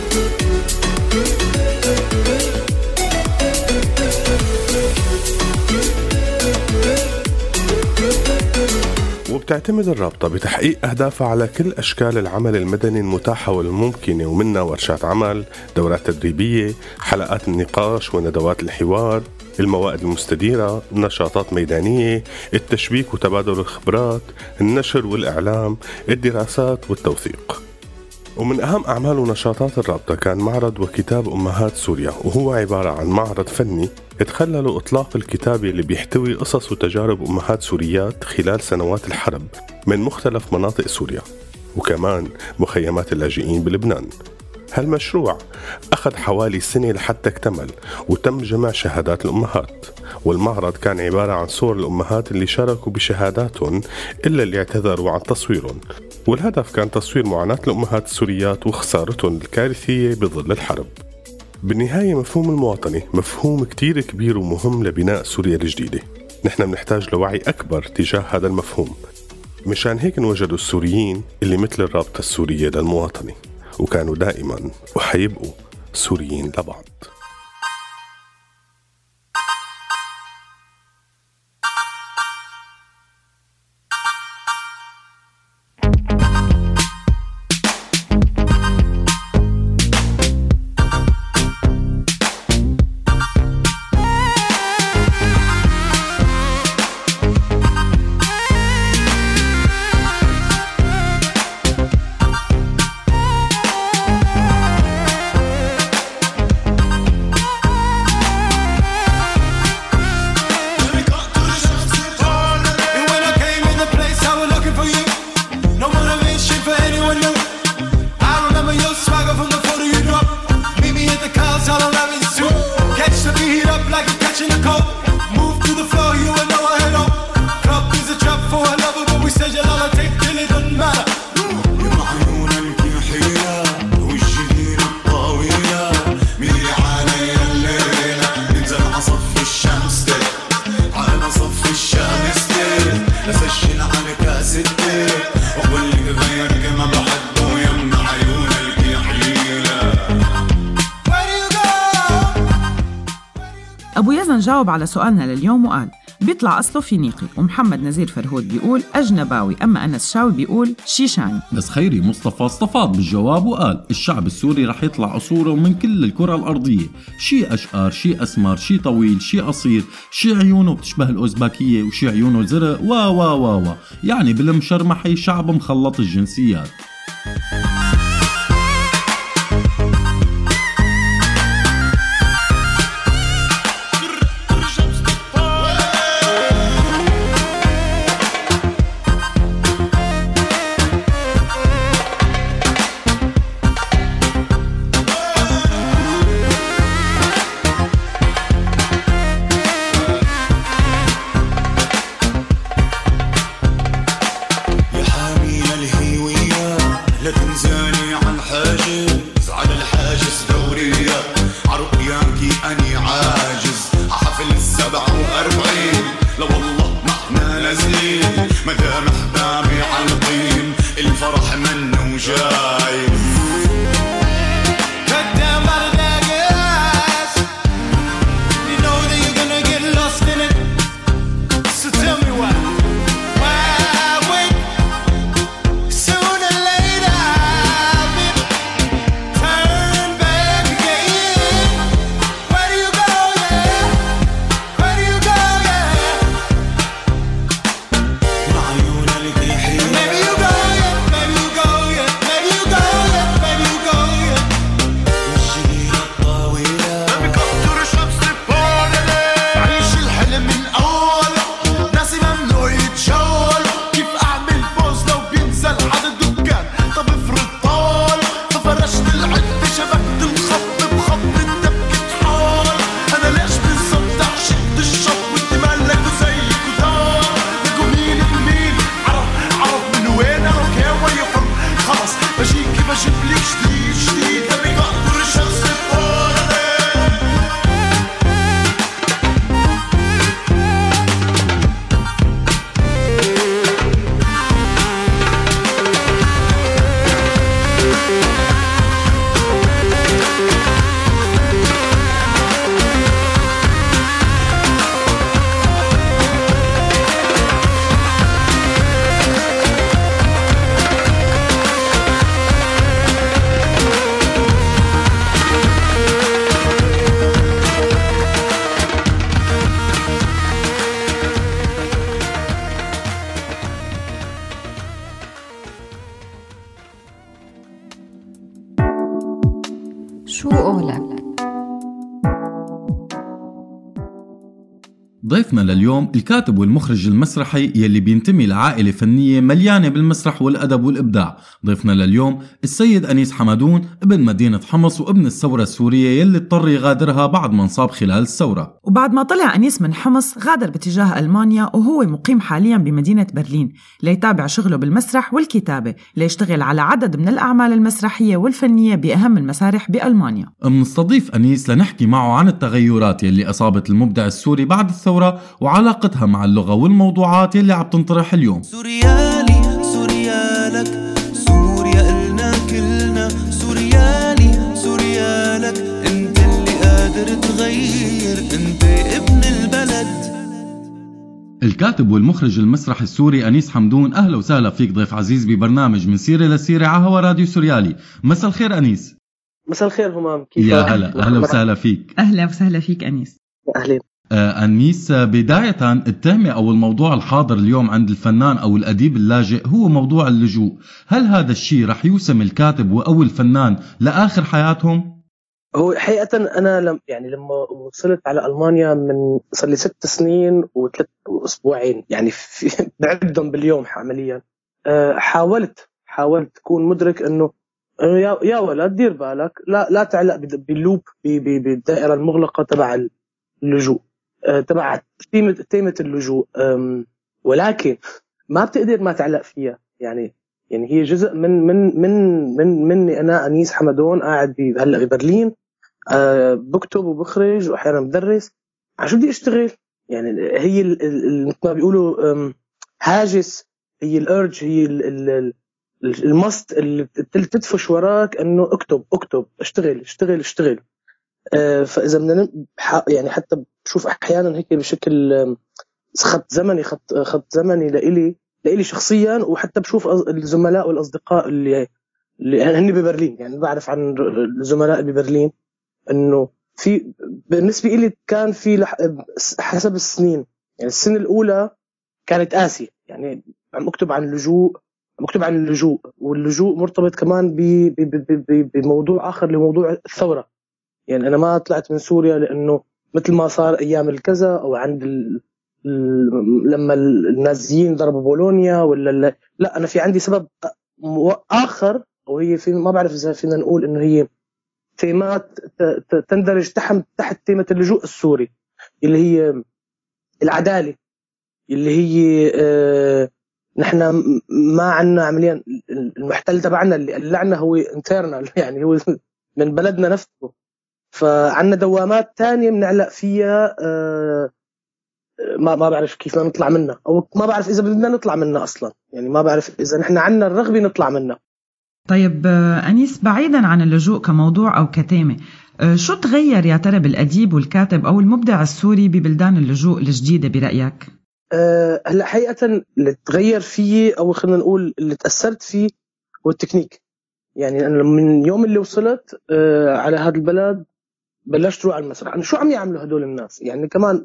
وبتعتمد الرابطة بتحقيق أهدافها على كل أشكال العمل المدني المتاحة والممكنة، ومنها ورشات عمل، دورات تدريبية، حلقات النقاش وندوات الحوار، الموائد المستديرة، نشاطات ميدانية، التشبيك وتبادل الخبرات، النشر والإعلام، الدراسات والتوثيق. ومن أهم أعمال ونشاطات الرابطة كان معرض وكتاب أمهات سوريا، وهو عبارة عن معرض فني اتخلل إطلاق الكتابة اللي بيحتوي قصص وتجارب أمهات سوريات خلال سنوات الحرب من مختلف مناطق سوريا، وكمان مخيمات اللاجئين بلبنان. هالمشروع أخذ حوالي سنة لحتى اكتمل وتم جمع شهادات الأمهات، والمعرض كان عبارة عن صور الأمهات اللي شاركوا بشهاداتهم إلا اللي اعتذروا عن تصويرهم، والهدف كان تصوير معاناة الأمهات السوريات وخسارتهم الكارثية بظل الحرب. بالنهاية مفهوم المواطنة مفهوم كتير كبير ومهم لبناء سوريا الجديدة. نحن بنحتاج لوعي أكبر تجاه هذا المفهوم، مشان هيك نوجدوا السوريين اللي مثل الرابطة السورية للمواطنة، وكانوا دائما وحيبقوا سوريين لبعض. أبو يزن جاوب على سؤالنا لليوم وقال بيطلع أصله فينيقي، ومحمد نزير فرهود بيقول أجنباوي، أما أنس شاوي بيقول شيشاني. بس خيري مصطفى استفاض بالجواب وقال الشعب السوري رح يطلع أصوره من كل الكرة الأرضية، شي أشقر، شي أسمر، شي طويل، شي قصير، شي عيونه بتشبه الأوزبكية وشي عيونه زرق، وا وا وا وا يعني بالمشرمحي شعب مخلط الجنسيات. شو قولك؟ ضيفنا لليوم الكاتب والمخرج المسرحي يلي بينتمي لعائلة فنية مليانة بالمسرح والأدب والإبداع. ضيفنا لليوم السيد أنيس حمدون، ابن مدينة حمص وابن الثورة السورية يلي اضطر يغادرها بعد ما انصاب خلال الثورة. وبعد ما طلع أنيس من حمص غادر باتجاه ألمانيا، وهو مقيم حاليا بمدينة برلين ليتابع شغله بالمسرح والكتابة، ليشتغل على عدد من الأعمال المسرحية والفنية بأهم المسارح بألمانيا. منستضيف أنيس لنحكي معه عن التغيرات يلي أصابت المبدع السوري بعد الثورة وعلاقتها مع اللغة والموضوعات يلي عم تنطرح اليوم. سوريالي سوريالك سوريا إلنا كلنا، سوريالي سوريالك انت اللي قادر تغير، انت ابن البلد. الكاتب والمخرج المسرحي السوري أنيس حمدون، أهلا وسهلا فيك ضيف عزيز ببرنامج من سيرة لسيرة على هوا راديو سوريالي. مساء الخير أنيس. مساء الخير همام، كيف؟ يا هلا، أهلا وسهلا فيك. أهلا وسهلا فيك أنيس. أهلا. آه أنيس، بداية التهمة أو الموضوع الحاضر اليوم عند الفنان أو الأديب اللاجئ هو موضوع اللجوء. هل هذا الشيء رح يوسم الكاتب أو الفنان لآخر حياتهم؟ هو حقيقة أنا لم يعني لما وصلت على ألمانيا من صار لي ست سنين وثلاث أسبوعين، يعني في بعدهم باليوم عمليا. أه حاولت حاولت تكون مدرك إنه يا يا ولد دير بالك، لا لا تعلق باللوب بالدائرة المغلقة تبع اللجوء، أه تبع تيمة تيمة اللجوء، ولكن ما بتقدر ما تعلق فيها. يعني يعني هي جزء من من من من مني أنا أنيس حمدون، قاعد هلا ببرلين، أه بكتب وبخرج وأحيانا بدرس. عشو بدي أشتغل؟ يعني هي مثل ما بيقولوا هاجس، هي الأرج، هي المست اللي تدفش وراك إنه اكتب اكتب اشتغل اشتغل اشتغل. أه فإذا بدنا يعني حتى بشوف أحيانا هيك بشكل خط زمني خط خط زمني لإلي لإلي شخصيا، وحتى بشوف الزملاء والأصدقاء اللي اللي هن ببرلين. يعني بعرف عن الزملاء ببرلين إنه في بالنسبة إلي كان في حسب السنين. يعني السنة الأولى كانت قاسية، يعني عم أكتب عن اللجوء عم أكتب عن اللجوء واللجوء مرتبط كمان بموضوع آخر لموضوع الثورة. يعني أنا ما طلعت من سوريا لأنه مثل ما صار أيام الكذا أو عند ال لما النازيين ضربوا بولونيا ولا لا, لا أنا في عندي سبب آخر، وهي في ما بعرف إذا فينا نقول إنه هي تيمات تندرج تحت تحت تيمة اللجوء السوري، اللي هي العدالة، اللي هي آه نحن ما عنا عمليا المحتل تبعنا اللي قلعنا هو انترنال، يعني هو من بلدنا نفسه. فعنا دوامات تانية بنعلق فيها، آه ما ما بعرف كيف نطلع منها، او ما بعرف اذا بدنا نطلع منها اصلا. يعني ما بعرف اذا نحن عنا الرغبه نطلع منها. طيب أنيس، بعيدا عن اللجوء كموضوع او كتيمه، شو تغير يا ترى بالاديب والكاتب او المبدع السوري ببلدان اللجوء الجديده برايك؟ أه هلا حقيقه اللي تغير فيه او خلينا نقول اللي تاثرت فيه هو التكنيك. يعني انا من يوم اللي وصلت أه على هذا البلد بلشت روح على المسرح. انا شو عم يعملوا هدول الناس؟ يعني كمان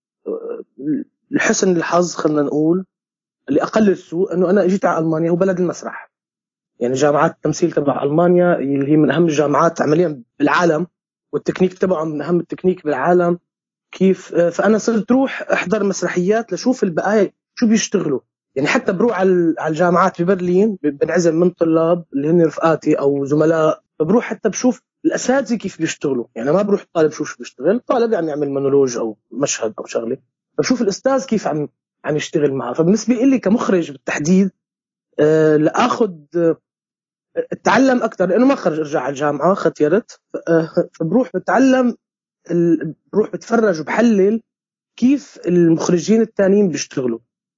لحسن الحظ خلنا نقول لأقل السوء أنه أنا جيت على ألمانيا وبلد المسرح. يعني جامعات التمثيل تبع ألمانيا اللي هي من أهم الجامعات عمليا بالعالم، والتكنيك تبعهم من أهم التكنيك بالعالم. كيف فأنا صرت روح أحضر مسرحيات لشوف البقايا شو بيشتغلوا. يعني حتى بروح على الجامعات ببرلين بنعزم من طلاب اللي هن رفقاتي أو زملاء، بروح حتى بشوف الأساتذة كيف بيشتغلوا. يعني ما بروح طالب شو شو بيشتغل، طالب يعني يعمل مونولوج أو مشهد أو شغلة، بشوف الأستاذ كيف عم عم يشتغل معه. فبالنسبة إلي كمخرج بالتحديد أه لأخذ أه اتعلم أكتر، لأنه ما خرج أرجع على الجامعة ختيرت، أه فبروح بتعلم، بروح بتفرج وبحلل كيف المخرجين التانيين بيشتغلوا.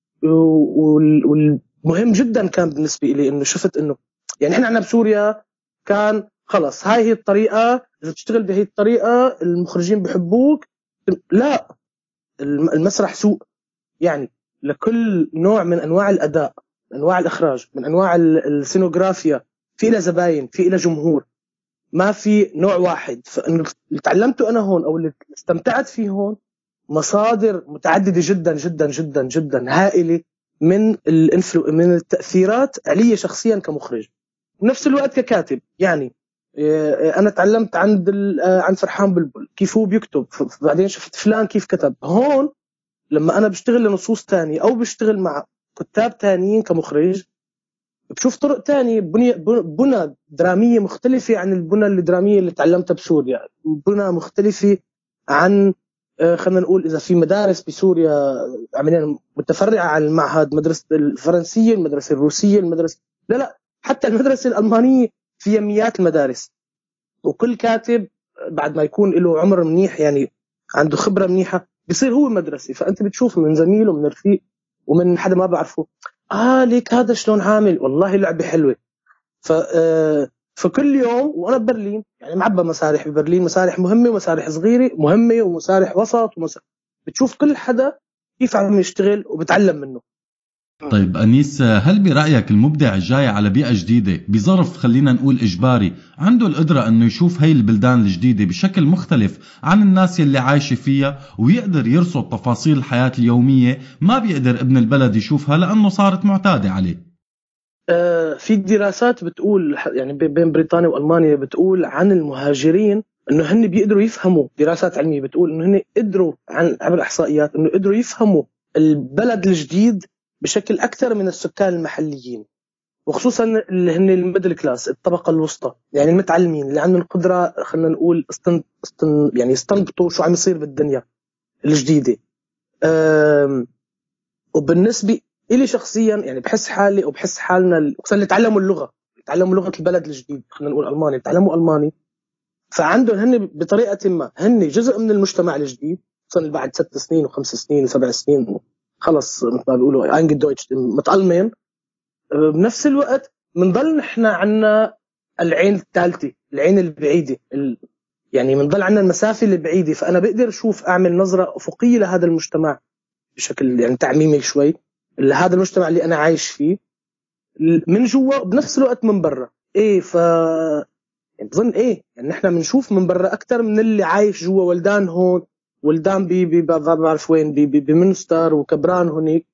والمهم جدا كان بالنسبة إلي إنه شفت إنه يعني إحنا عنا بسوريا كان خلص هاي هي الطريقة، إذا تشتغل بهي الطريقة المخرجين بحبوك. لا، المسرح سوق. يعني لكل نوع من أنواع الأداء، أنواع الإخراج، من أنواع السينوغرافيا، في إلى زباين، في إلى جمهور، ما في نوع واحد. فإنه اللي تعلمته أنا هون أو اللي استمتعت فيه هون مصادر متعددة جدا جدا جدا جدا هائلة من الانفلو من التأثيرات علي شخصيا كمخرج، بنفس الوقت ككاتب. يعني انا تعلمت عند عند فرحان بلبل كيف هو بيكتب، بعدين شفت فلان كيف كتب. هون لما انا بشتغل لنصوص تانية او بشتغل مع كتاب تانيين كمخرج، بشوف طرق تانية بني بنى درامية مختلفة عن البنى الدرامية اللي تعلمتها بسوريا، بنى مختلفة عن خلينا نقول إذا في مدارس بسوريا عمليا متفرعة عن المعهد، مدرسة الفرنسية، المدرسة الروسية، المدرسة لا لا حتى المدرسة الألمانية فيها مئات المدارس. وكل كاتب بعد ما يكون له عمر منيح يعني عنده خبرة منيحة بيصير هو مدرسة. فأنت بتشوف من زميله ومن رفيق ومن حدا ما بعرفه، آه ليك هذا شلون عامل، والله لعبة حلوة. ف آه فكل يوم وأنا ببرلين يعني معبى مسارح ببرلين، مسارح مهمة ومسارح صغيرة مهمة ومسارح وسط ومسارح. بتشوف كل حدا كيف عم يشتغل وبتعلم منه. طيب أنيس، هل برأيك المبدع الجاي على بيئة جديدة بظرف خلينا نقول إجباري عنده القدرة أنه يشوف هاي البلدان الجديدة بشكل مختلف عن الناس اللي عايشة فيها ويقدر يرصد تفاصيل الحياة اليومية ما بيقدر ابن البلد يشوفها لأنه صارت معتادة عليه؟ آه في دراسات بتقول يعني بين بريطانيا وألمانيا بتقول عن المهاجرين انه هن بيقدروا يفهموا، دراسات علمية بتقول انه هن قدروا عن عبر احصائيات انه قدروا يفهموا البلد الجديد بشكل اكثر من السكان المحليين، وخصوصا اللي هن الميدل كلاس، الطبقة الوسطى، يعني المتعلمين اللي عندهم القدرة خلينا نقول استن استن يعني يستنبطوا شو عم يصير بالدنيا الجديدة. وبالنسبة إلي شخصيا يعني بحس حالي أو بحس حالنا خصوصا اللي تعلموا اللغة، تعلموا لغة البلد الجديد، خلينا نقول ألماني، تعلموا ألماني، فعندهم هن بطريقة ما هن جزء من المجتمع الجديد، خصوصا بعد ست سنين وخمس سنين وسبع سنين خلص مثل ما بيقولوا أنجل دويتش متألمين. بنفس الوقت منضل نحن عنا العين الثالثة، العين البعيدة، يعني منضل عنا المسافة البعيدة، فأنا بقدر أشوف أعمل نظرة أفقية لهذا المجتمع بشكل يعني تعميمي شوي، لهذا المجتمع اللي أنا عايش فيه من جوا، بنفس الوقت من برا. إيه ف يعني بظن إيه يعني نحن بنشوف من برا أكتر من اللي عايش جوا. ولدان هون، ولدان بي بي بعرف وين بي بي بمنستر وكبران هونيك،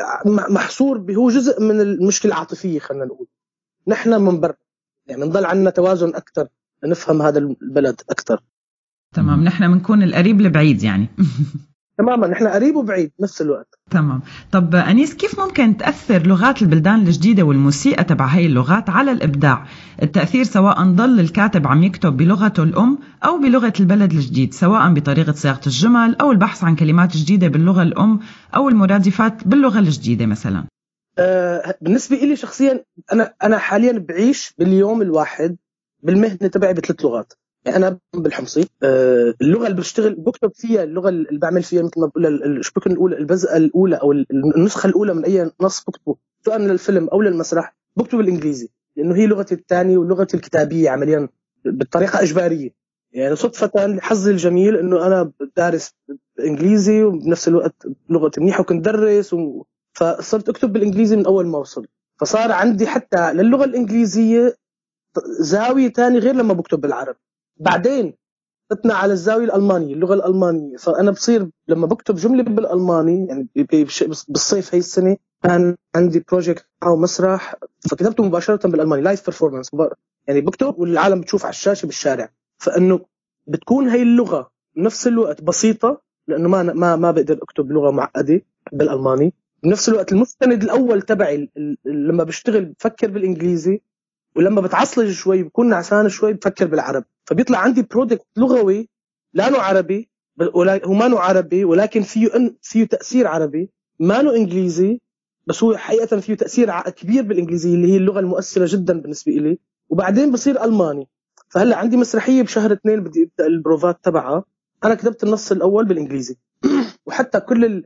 محصور به جزء من المشكلة العاطفية. خلينا نقول نحن من برا يعني نضل عنا توازن أكتر نفهم هذا البلد أكتر. تمام، نحن بنكون القريب البعيد يعني. تماما، نحن قريب وبعيد نفس الوقت. تمام. طب أنيس، كيف ممكن تأثر لغات البلدان الجديدة والموسيقى تبع هاي اللغات على الإبداع؟ التأثير سواء ضل الكاتب عم يكتب بلغته الأم أو بلغة البلد الجديد، سواء بطريقة صياغة الجمل أو البحث عن كلمات جديدة باللغة الأم أو المرادفات باللغة الجديدة مثلا. أه بالنسبة إلي شخصيا أنا أنا حاليا بعيش باليوم الواحد بالمهنة تبعي بثلاث لغات. يعني أنا بالحمصي أه اللغة اللي بشتغل بكتب فيها، اللغة اللي بعمل فيها مثل ما بقول شو بكون الأولى البزقة الأولى أو النسخة الأولى من أي نص بكتبه سواء للفيلم أو للمسرح بكتب الإنجليزي، لأنه هي لغتي الثانية ولغتي الكتابية عمليا بالطريقة إجبارية. يعني صدفة حظي الجميل إنه أنا دارس إنجليزي وبنفس الوقت لغتي منيحة وكنت درس و... فصرت أكتب بالإنجليزي من أول ما وصل، فصار عندي حتى للغة الإنجليزية زاوية تاني غير لما بكتب بالعربي. بعدين فتنا على الزاوية الألمانية، اللغة الألمانية، صار أنا بصير لما بكتب جملة بالألماني يعني بالصيف هاي السنة كان عندي بروجكت أو مسرح فكتبته مباشرة بالألماني لايف بيرفورمانس، يعني بكتب والعالم بتشوف على الشاشة بالشارع. فإنه بتكون هاي اللغة بنفس الوقت بسيطة لأنه ما ما ما بقدر أكتب لغة معقدة بالألماني، بنفس الوقت المستند الأول تبعي لما بشتغل بفكر بالإنجليزي، ولما بتعصلج شوي بكون نعسان شوي بفكر بالعربي، فبيطلع عندي برودكت لغوي لا نوع عربي هو ما نوع عربي ولكن فيه فيه تأثير عربي، ما نوع إنجليزي بس هو حقيقة فيه تأثير كبير بالإنجليزية اللي هي اللغة المؤثرة جدا بالنسبة إلي. وبعدين بصير ألماني. فهلا عندي مسرحية بشهر اثنين بدي أبدأ البروفات تبعها، أنا كتبت النص الأول بالإنجليزي وحتى كل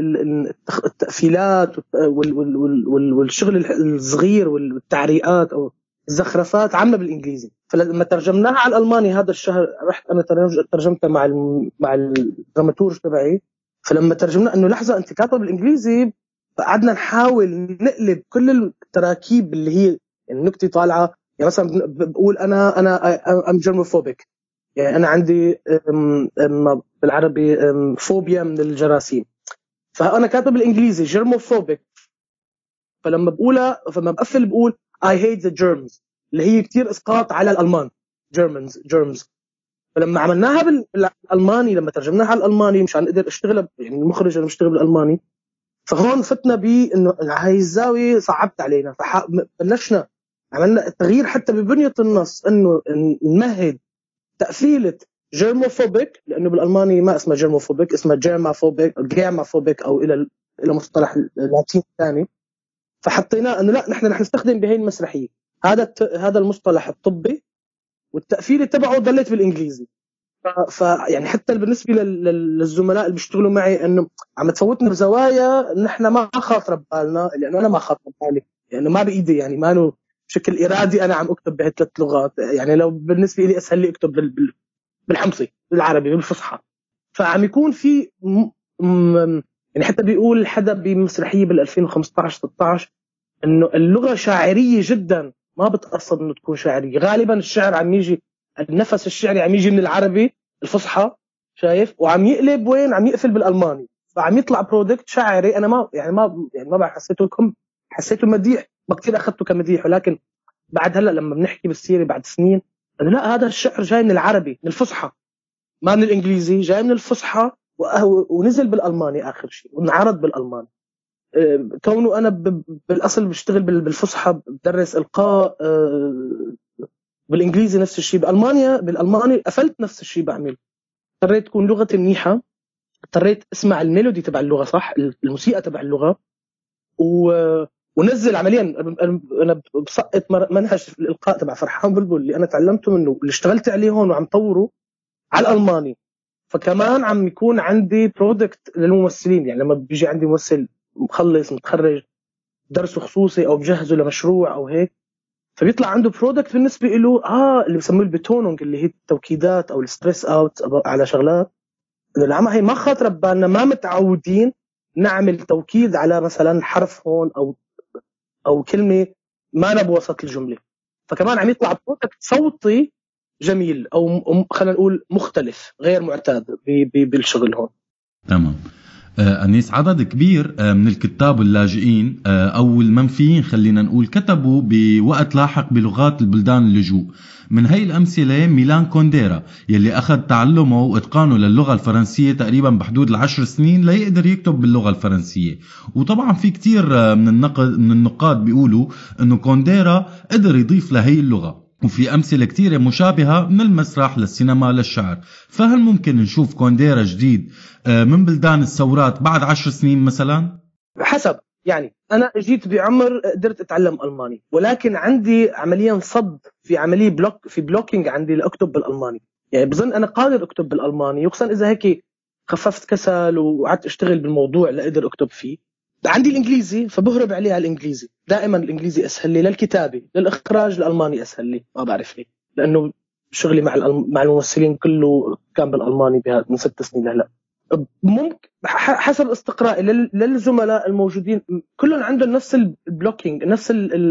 التأفيلات والشغل الصغير والتعريقات أو الزخرفات عامة بالإنجليزي. فلما ترجمناها على الألماني هذا الشهر رحت أنا ترجمتها مع مع الدراماتورج تبعي، فلما ترجمنا إنه لحظة أنت كاتبة بالإنجليزي، فقعدنا نحاول نقلب كل التراكيب اللي هي النكتة طالعة. يعني مثلا بقول أنا أنا I'm germophobic، يعني أنا عندي بالعربي فوبيا من الجراثيم، فأنا كاتب بالإنجليزي germophobic، فلما بقولها فلما بقفل بقول I hate the germs اللي هي كتير إسقاط على الألمان جيرمنز جيرمز. فلما عملناها بالالماني، لما ترجمناها على الالماني مشان اقدر اشتغل، يعني المخرج اللي بيشتغل بالالماني، فهون فتنا بانه هاي الزاويه صعبت علينا، فبلشنا عملنا التغيير حتى ببنيه النص، انه نمهد تقفيله جيرموفوبيك، لانه بالالماني ما اسمها جيرموفوبيك، اسمها جيرمافوبيك او جيرمافوبيك او الى الى مصطلح اللاتيني الثاني. فحطينا انه لا، نحن رح نستخدم بهي المسرحيه هذا هذا المصطلح الطبي، والتقفيله تبعه ضلت بالانجليزي. ف يعني حتى بالنسبه للزملاء اللي بيشتغلوا معي انه عم تفوتنا بزوايا نحن ما خاطر ببالنا، لانه انا ما خاطر ببالي، لانه ما بايدي، يعني ما له بشكل ارادي انا عم اكتب بهالثلاث لغات. يعني لو بالنسبه لي اسهل لي اكتب بالحمصي بالعربي بالفصحى. فعم يكون في م... م... يعني حتى بيقول حدا بمسرحيه بال ألفين وخمسة عشر ستة عشر انه اللغه شاعريه جدا، ما بتقصد انه تكون شاعريه. غالبا الشعر عم يجي، النفس الشعري عم يجي من العربي الفصحى، شايف، وعم يقلب وين، عم يقفل بالالماني، فعم يطلع برودكت شاعري. انا ما يعني ما يعني ما بعرف، حسيته كم حسيته مديح، ما كثير اخذته كمديح، ولكن بعد هلا لما بنحكي بالسيره بعد سنين انه لا، هذا الشعر جاي من العربي، من الفصحى، ما من الانجليزي، جاي من الفصحى ونزل بالالماني اخر شيء وانعرض بالالماني. كونه انا بالاصل بشتغل بالفصحى، بدرس القاء بالانجليزي نفس الشيء، بالمانيا بالالماني قفلت نفس الشيء بعمل. اضطريت تكون لغتي منيحه، اضطريت اسمع الميلودي تبع اللغه صح، الموسيقى تبع اللغه، و ونزل عمليا. انا بسقط منهج الالقاء تبع فرحان بلبل اللي انا تعلمته منه، اللي اشتغلت عليه هون وعم طوره على الالماني. فكمان عم يكون عندي برودكت للممثلين، يعني لما بيجي عندي ممثل مخلص متخرج درسه خصوصي او بجهزه لمشروع او هيك، فبيطلع عنده برودكت بالنسبه له اه اللي بسموه البيتونونج، اللي هي التوكيدات او الستريس اوت على شغلات انه العامه هي ما خاطره ببالنا، ما متعودين نعمل توكيد على مثلا حرف هون او او كلمه ما أنا بوسط الجمله. فكمان عم يطلع برودكت صوتي جميل، او خلينا نقول مختلف غير معتاد بالشغل هون. تمام. آه أنيس، عدد كبير آه من الكتاب اللاجئين آه أو المنفيين خلينا نقول كتبوا بوقت لاحق بلغات البلدان اللجوء. من هاي الأمثلة ميلان كونديرا يلي أخذ تعلمه وإتقانه للغة الفرنسية تقريبا بحدود العشر سنين ليقدر يكتب باللغة الفرنسية. وطبعا في كتير آه من النقد من النقاد بيقولوا إنه كونديرا قدر يضيف لهي اللغة، وفي أمثلة كتيرة مشابهة من المسرح للسينما للشعر. فهل ممكن نشوف كونديرا جديد من بلدان الثورات بعد عشر سنين مثلا؟ حسب، يعني أنا جيت بعمر قدرت أتعلم ألماني، ولكن عندي عمليا صد في عملية بلوك في بلوكينج عندي لأكتب بالألماني. يعني بظن أنا قادر أكتب بالألماني، وخصوصا إذا هيك خففت كسل وقعدت أشتغل بالموضوع لأقدر أكتب فيه. عندي الإنجليزي فبهرب عليه على الإنجليزي، دائما الإنجليزي أسهل لي للكتابة، للإخراج الألماني أسهل لي، ما بعرف ليه، لأنه شغلي مع مع الممثلين كله كان بالألماني بهذا من ست سنين لهلا. ممكن حسب استقرائي للزملاء الموجودين كلهم عندهم نفس البلوكينج، نفس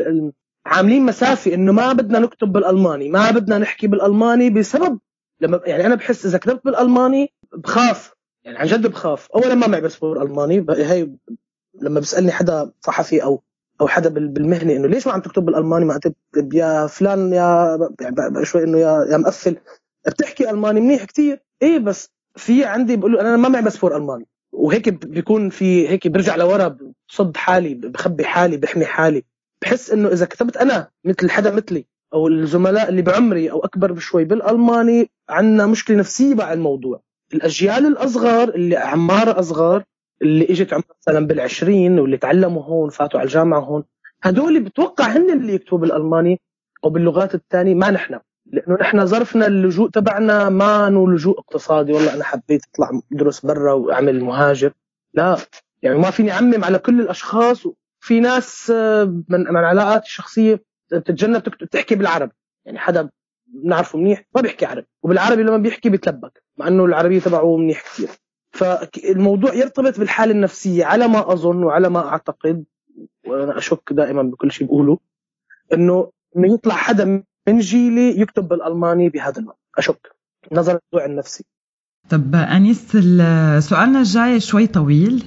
عاملين مسافة إنه ما بدنا نكتب بالألماني، ما بدنا نحكي بالألماني، بسبب لما يعني أنا بحس إذا كتبت بالألماني بخاف، يعني عن جد بخاف. أولا ما معي باسبور ألماني، هي لما بسألني حدا صحفي أو أو حدا بالمهنة إنه ليش ما عم تكتب بالألماني، ما تكتب يا فلان يا يعني شوي إنه يا يا مقفل بتحكي ألماني منيح كتير، إيه بس في عندي بقول له أنا ما معي باسبور ألماني، وهيك بيكون في هيك برجع لورا، بصد حالي، بخبي حالي، بحمي حالي. بحس إنه إذا كتبت أنا مثل حدا مثلي أو الزملاء اللي بعمري أو أكبر بشوي بالألماني، عنا مشكلة نفسية مع الموضوع. الأجيال الأصغر اللي أعمار أصغر اللي اجت عمر مثلا بالعشرين واللي تعلموا هون فاتوا على الجامعة هون، هدول بتوقع هن اللي يكتبوا بالألماني أو باللغات الثانية، ما نحن، لأنه نحن ظرفنا اللجوء تبعنا ما نو لجوء اقتصادي، والله أنا حبيت أطلع درس برا وأعمل مهاجر، لا يعني ما فيني أعمم على كل الأشخاص. في ناس من من علاقاتي الشخصية تتجنب تحكي بالعربي، يعني حدا بنعرفه منيح ما بيحكي عربي، وبالعربي لما بيحكي بيتلبك مع أنه العربية تبعه منيح كثير. فالموضوع يرتبط بالحالة النفسية على ما أظن وعلى ما أعتقد، وأنا أشك دائما بكل شيء بقوله، إنه إنه يطلع حدا من جيلي يكتب بالألماني بهذا الوقت، أشك نظرا للموضوع النفسي. طب أنيس، سؤالنا الجاي شوي طويل.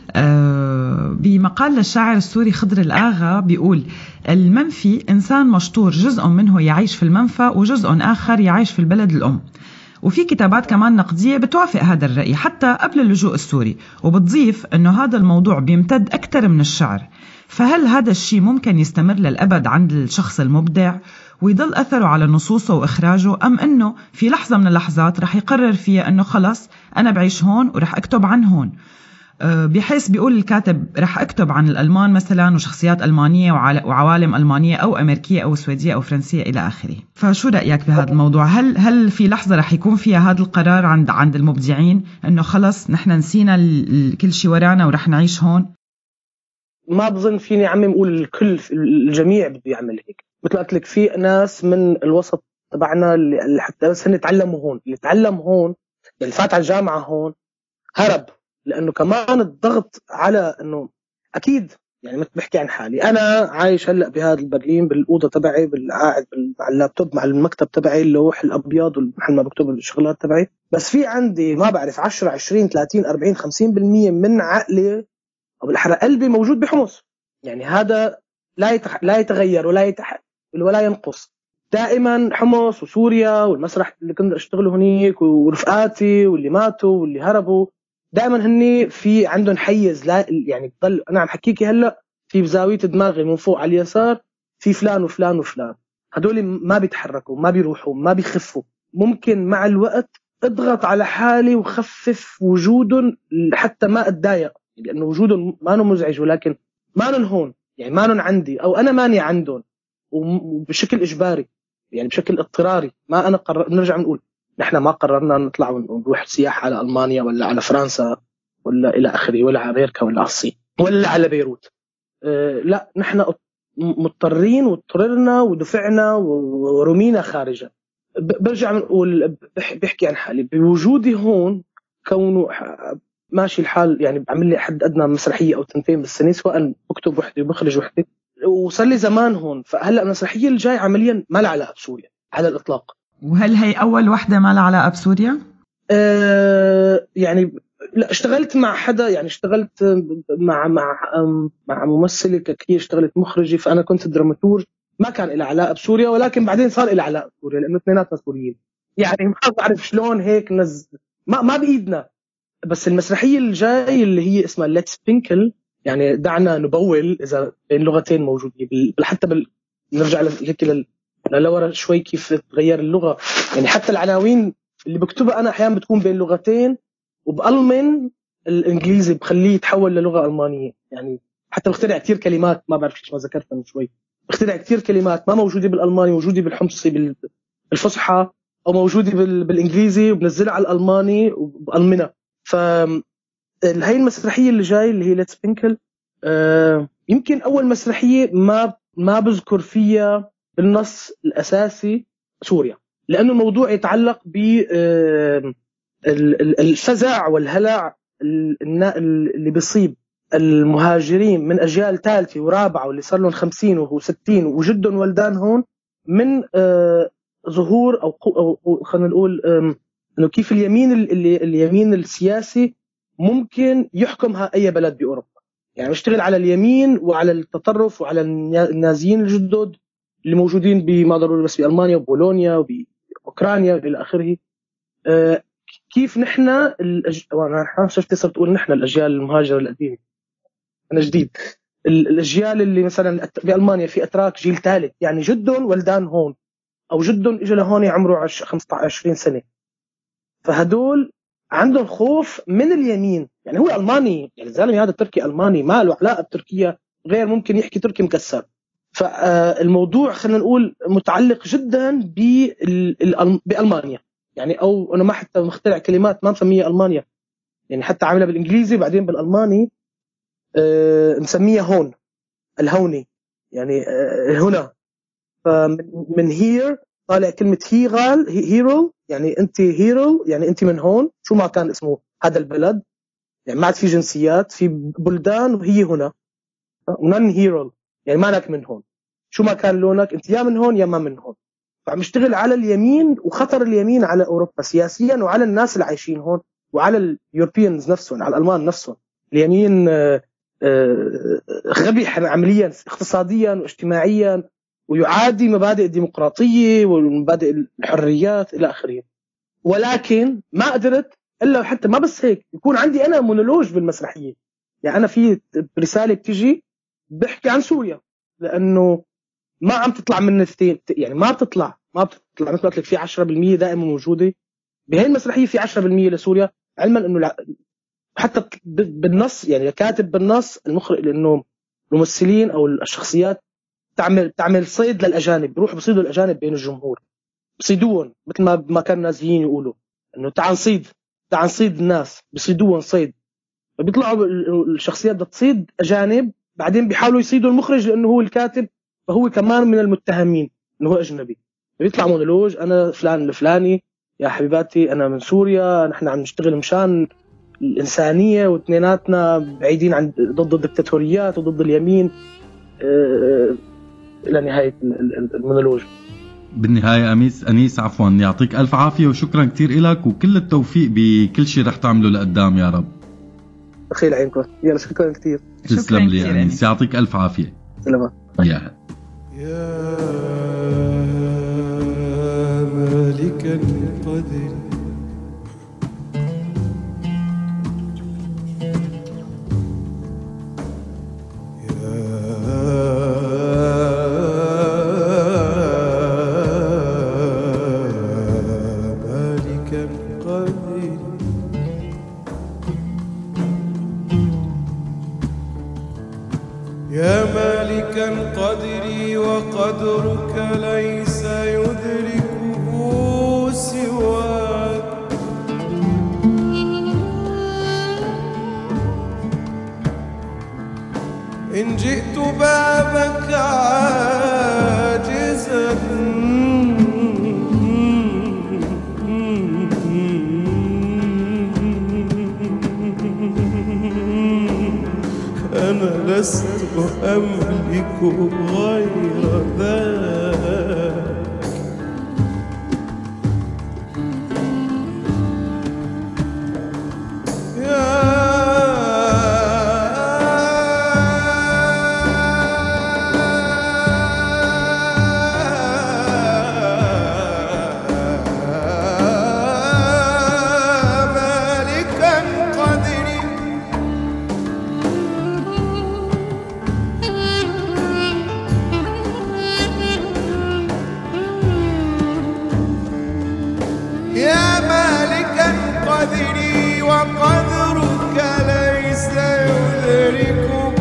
أه بمقال للشاعر السوري خضر الآغا بيقول: المنفي إنسان مشطور، جزء منه يعيش في المنفى وجزء آخر يعيش في البلد الأم. وفي كتابات كمان نقدية بتوافق هذا الرأي حتى قبل اللجوء السوري، وبتضيف أنه هذا الموضوع بيمتد أكثر من الشعر. فهل هذا الشيء ممكن يستمر للأبد عند الشخص المبدع ويضل أثره على نصوصه وإخراجه، أم أنه في لحظة من اللحظات رح يقرر فيها أنه خلص أنا بعيش هون ورح أكتب عن هون؟ بحيث بيقول الكاتب رح أكتب عن الألمان مثلا وشخصيات ألمانية وعوالم ألمانية أو أمريكية أو سويدية أو فرنسية إلى آخره. فشو رأيك بهذا الموضوع؟ هل هل في لحظة رح يكون فيها هذا القرار عند عند المبدعين أنه خلص نحن نسينا كل شيء ورانا ورح نعيش هون؟ ما بظن فيني عمي نقول الكل، الجميع بده يعمل هيك. مثل قلت لك في ناس من الوسط تبعنا اللي حتى بس هن تعلموا هون، اللي تعلم هون اللي فات على الجامعة هون هرب، لأنه كمان الضغط على أنه أكيد يعني مثل بحكي عن حالي، أنا عايش هلأ بهذا البرلين بالأوضة تبعي، بالقاعد مع اللابتوب مع المكتب تبعي اللوح الأبيض والمحل ما بكتب الشغلات تبعي، بس في عندي ما بعرف عشرة عشرين ثلاثين أربعين خمسين بالمية من عقلي أو بالأحرى قلبي موجود بحمص. يعني هذا لا يتخ... لا يتغير ولا يتح... ولا ينقص، دائما حمص وسوريا والمسرح اللي كنت أشتغله هنيك ورفقاتي واللي ماتوا واللي هربوا دائما هني في عندهم حيز. لا يعني بضل أنا عم حكيكي هلأ في بزاوية دماغي من فوق على اليسار في فلان وفلان وفلان، هدول ما بيتحركوا ما بيروحوا ما بيخفوا. ممكن مع الوقت اضغط على حالي وخفف وجودهم حتى ما اتضايق، لأنه وجودهم ما مزعج، ولكن ما هون يعني ما عندي أو أنا ماني عندهم، وبشكل إجباري يعني بشكل اضطراري. ما أنا قرر نرجع نقول نحن ما قررنا نطلع ونروح سياحة على ألمانيا ولا على فرنسا ولا إلى آخره ولا على أمريكا ولا على الصين ولا على بيروت. أه لا، نحن مضطرين واضطررنا ودفعنا ورمينا خارجا. برجع نقول بحكي عن حالي بوجودي هون، كونه ماشي الحال يعني بعمل لي حد أدنى مسرحية أو تنتين بالسنة، سواء بكتب وحدي وبخرج وحدي، وصار لي زمان هون. فهلأ المسرحية الجاي عمليا ما لها علاقة بسوريا على الإطلاق. وهل هي أول واحدة ما لها علاقة بسوريا؟ أه يعني لا، اشتغلت مع حدا، يعني اشتغلت مع مع مع ممثلة كثير، اشتغلت مخرجي، فأنا كنت دراماتورج، ما كان لها علاقة بسوريا، ولكن بعدين صار لها علاقة بسوريا لأنه اثنيناتنا سوريين. يعني ما بعرف شلون هيك نز ما ما بإيدنا. بس المسرحية الجاي اللي هي اسمها Let's Pinkle، يعني دعنا نبول، إذا بين لغتين موجودين حتى بال... نرجع هيك لل... لورا شوي كيف تغير اللغة. يعني حتى العناوين اللي بكتبها أنا أحيانا بتكون بين لغتين، وبألمن الإنجليزي بخليه يتحول للغة ألمانية. يعني حتى بخترع كتير كلمات ما بعرف ليش ما ذكرتها من شوي، بخترع كتير كلمات ما موجودة بالألماني، موجودة بالحمصي بالفصحى، أو موجودة بال... بالإنجليزي، وبنزلها على الألماني وبألمنها. فهي المسرحية اللي جاي اللي هي Let's Pinkle آه يمكن أول مسرحية ما ما بذكر فيها بالنص الأساسي سوريا، لأنه الموضوع يتعلق بالفزع والهلع اللي بيصيب المهاجرين من أجيال ثالثة ورابعة واللي صار لهم خمسين وستين وجدهم ولدان هون من آه ظهور أو, أو خلينا نقول إنه كيف اليمين اللي اليمين السياسي ممكن يحكمها أي بلد بأوروبا. يعني بيشتغل على اليمين وعلى التطرف وعلى النازيين الجدد اللي موجودين بما ضروري بس بألمانيا وبولونيا وبأوكرانيا إلى آخره. آه كيف نحن الأج... وأنا شفت صرت تقول نحن الأجيال المهاجرة القديمة، أنا جديد. الأجيال اللي مثلا بألمانيا في أتراك جيل ثالث، يعني جدهم ولدان هون أو جدهم إجا لهون عمره خمسة عشر عشرين سنة، فهدول عندهم خوف من اليمين. يعني هو ألماني، يعني الزلمة هذا تركي ألماني ما له علاقة بتركيا، غير ممكن يحكي تركي مكسر. فالموضوع خلينا نقول متعلق جدا بألمانيا، يعني أو أنا ما حتى مخترع كلمات ما مسميها ألمانيا، يعني حتى عاملها بالإنجليزي بعدين بالألماني أه مسميها هون الهوني، يعني أه هنا. فمن هير طالع كلمة هيغال هيرو، يعني أنت هيرو يعني أنت من هون، شو ما كان اسمه هذا البلد، يعني ما عاد في جنسيات، في بلدان وهي هنا نون هيرو، يعني ما لك من هون، شو ما كان لونك أنت يا من هون يا ما من هون. فعم يشتغل على اليمين وخطر اليمين على أوروبا سياسيا وعلى الناس اللي عايشين هون، وعلى اليوروبيانز نفسهم، على الألمان نفسهم. اليمين غبي عمليا اقتصاديا واجتماعيا، ويعادي مبادئ الديمقراطية ومبادئ الحريات إلى آخره. ولكن ما قدرت إلا حتى ما بس هيك يكون عندي أنا مونولوج بالمسرحية. يعني أنا في رسالة بتيجي بحكي عن سوريا، لأنه ما عم تطلع من نفتين، يعني ما بتطلع ما بتطلع مثل ما قلت لك في عشرة بالمية دائما موجودة بهي المسرحية، في عشرة بالمية لسوريا، علما أنه حتى بالنص يعني كاتب بالنص المخرج، لأنه الممثلين أو الشخصيات تعمل تعمل صيد للأجانب، بيروحوا بيصيدوا الأجانب بين الجمهور، بيصيدوهم مثل ما ما كانوا النازيين يقولوا إنه تعال نصيد تعال نصيد الناس، بيصيدوهم صيد، فبيطلعوا الشخصيات بدها تصيد أجانب، بعدين بيحاولوا يصيدوا المخرج لأنه هو الكاتب، فهو كمان من المتهمين إنه هو أجنبي. بيطلع مونولوج أنا فلان الفلاني يا حبيباتي أنا من سوريا، نحن عم نشتغل مشان الإنسانية واثنيناتنا بعيدين عن ضد الدكتاتوريات وضد اليمين إلى نهاية المونولوج. بالنهاية أميس أنيس عفوا يعطيك ألف عافية وشكرا كتير إلك وكل التوفيق بكل شيء رح تعمله لقدام يا رب. خير عينكم، يلا شكرا كتير. تسلم لي أنيس، يعطيك ألف عافية. سلامة. يا يا مالك القدر يا مالك القدر وقدرك ليس يدركه سواك، إن جئت بابك عاجزا أنا لست أملك غير ذاك. وقدرك ليس يدركه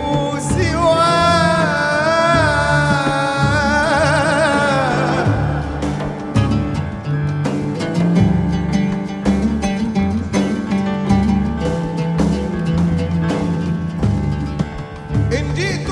سواك، إن جئت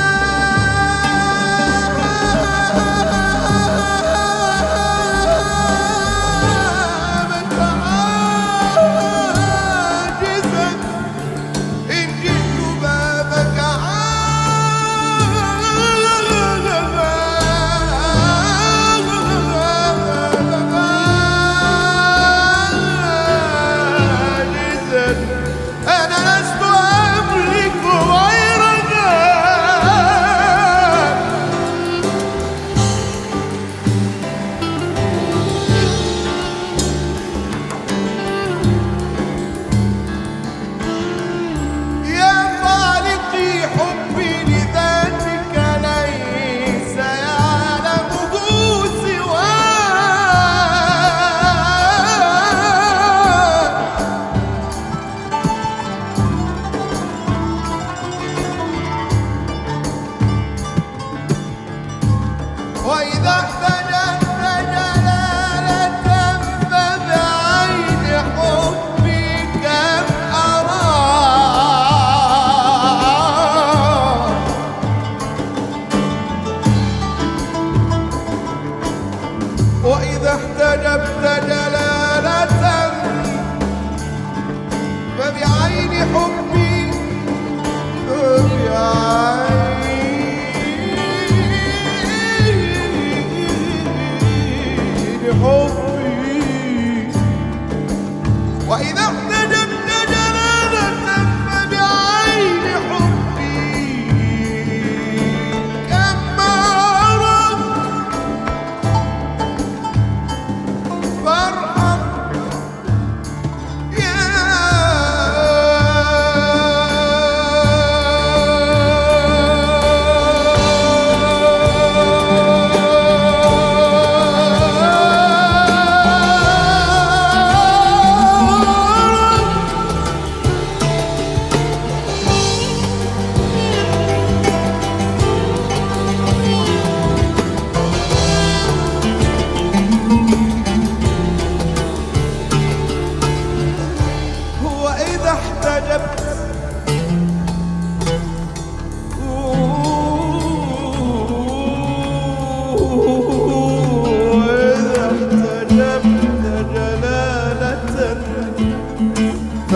وإذا احتجت جلالة فبعين حبي كم أرى، وإذا احتجبت جلالة فبعين حبي فبعين حبي، وإذا احتجبت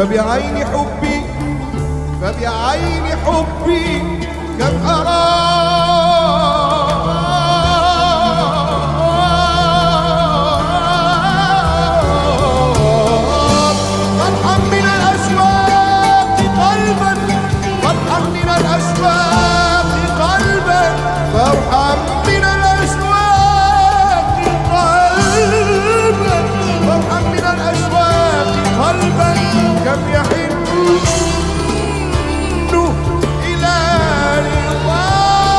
فبعين حبي فبعين حبي كم أرى فرحا من الأشواق قلبا فرحا من الأشواق قلبا فرحا من الأشواق قلبا فرحا من الأشواق قلبا كم يحن إلى رضا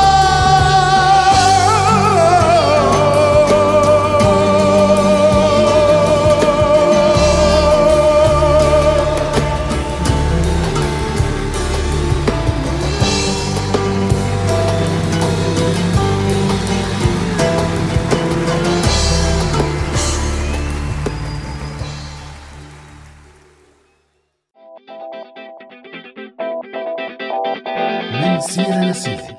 من سيرة لسيرة.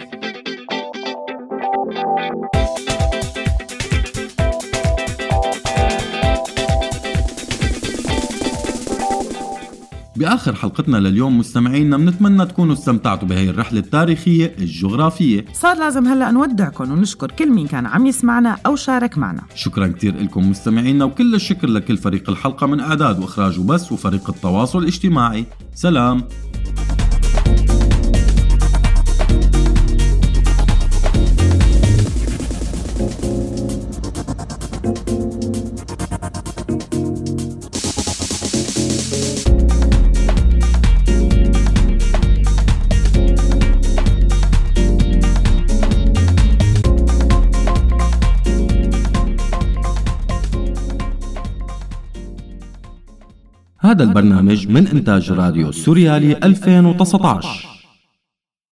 بآخر حلقتنا لليوم مستمعينا بنتمنى تكونوا استمتعتوا بهي الرحلة التاريخية الجغرافية. صار لازم هلأ نودعكم ونشكر كل مين كان عم يسمعنا أو شارك معنا. شكرا كتير لكم مستمعينا، وكل الشكر لكل فريق الحلقة من إعداد وإخراج وبس وفريق التواصل الاجتماعي. سلام. هذا البرنامج من إنتاج راديو سوريالي ألفين وتسعة عشر.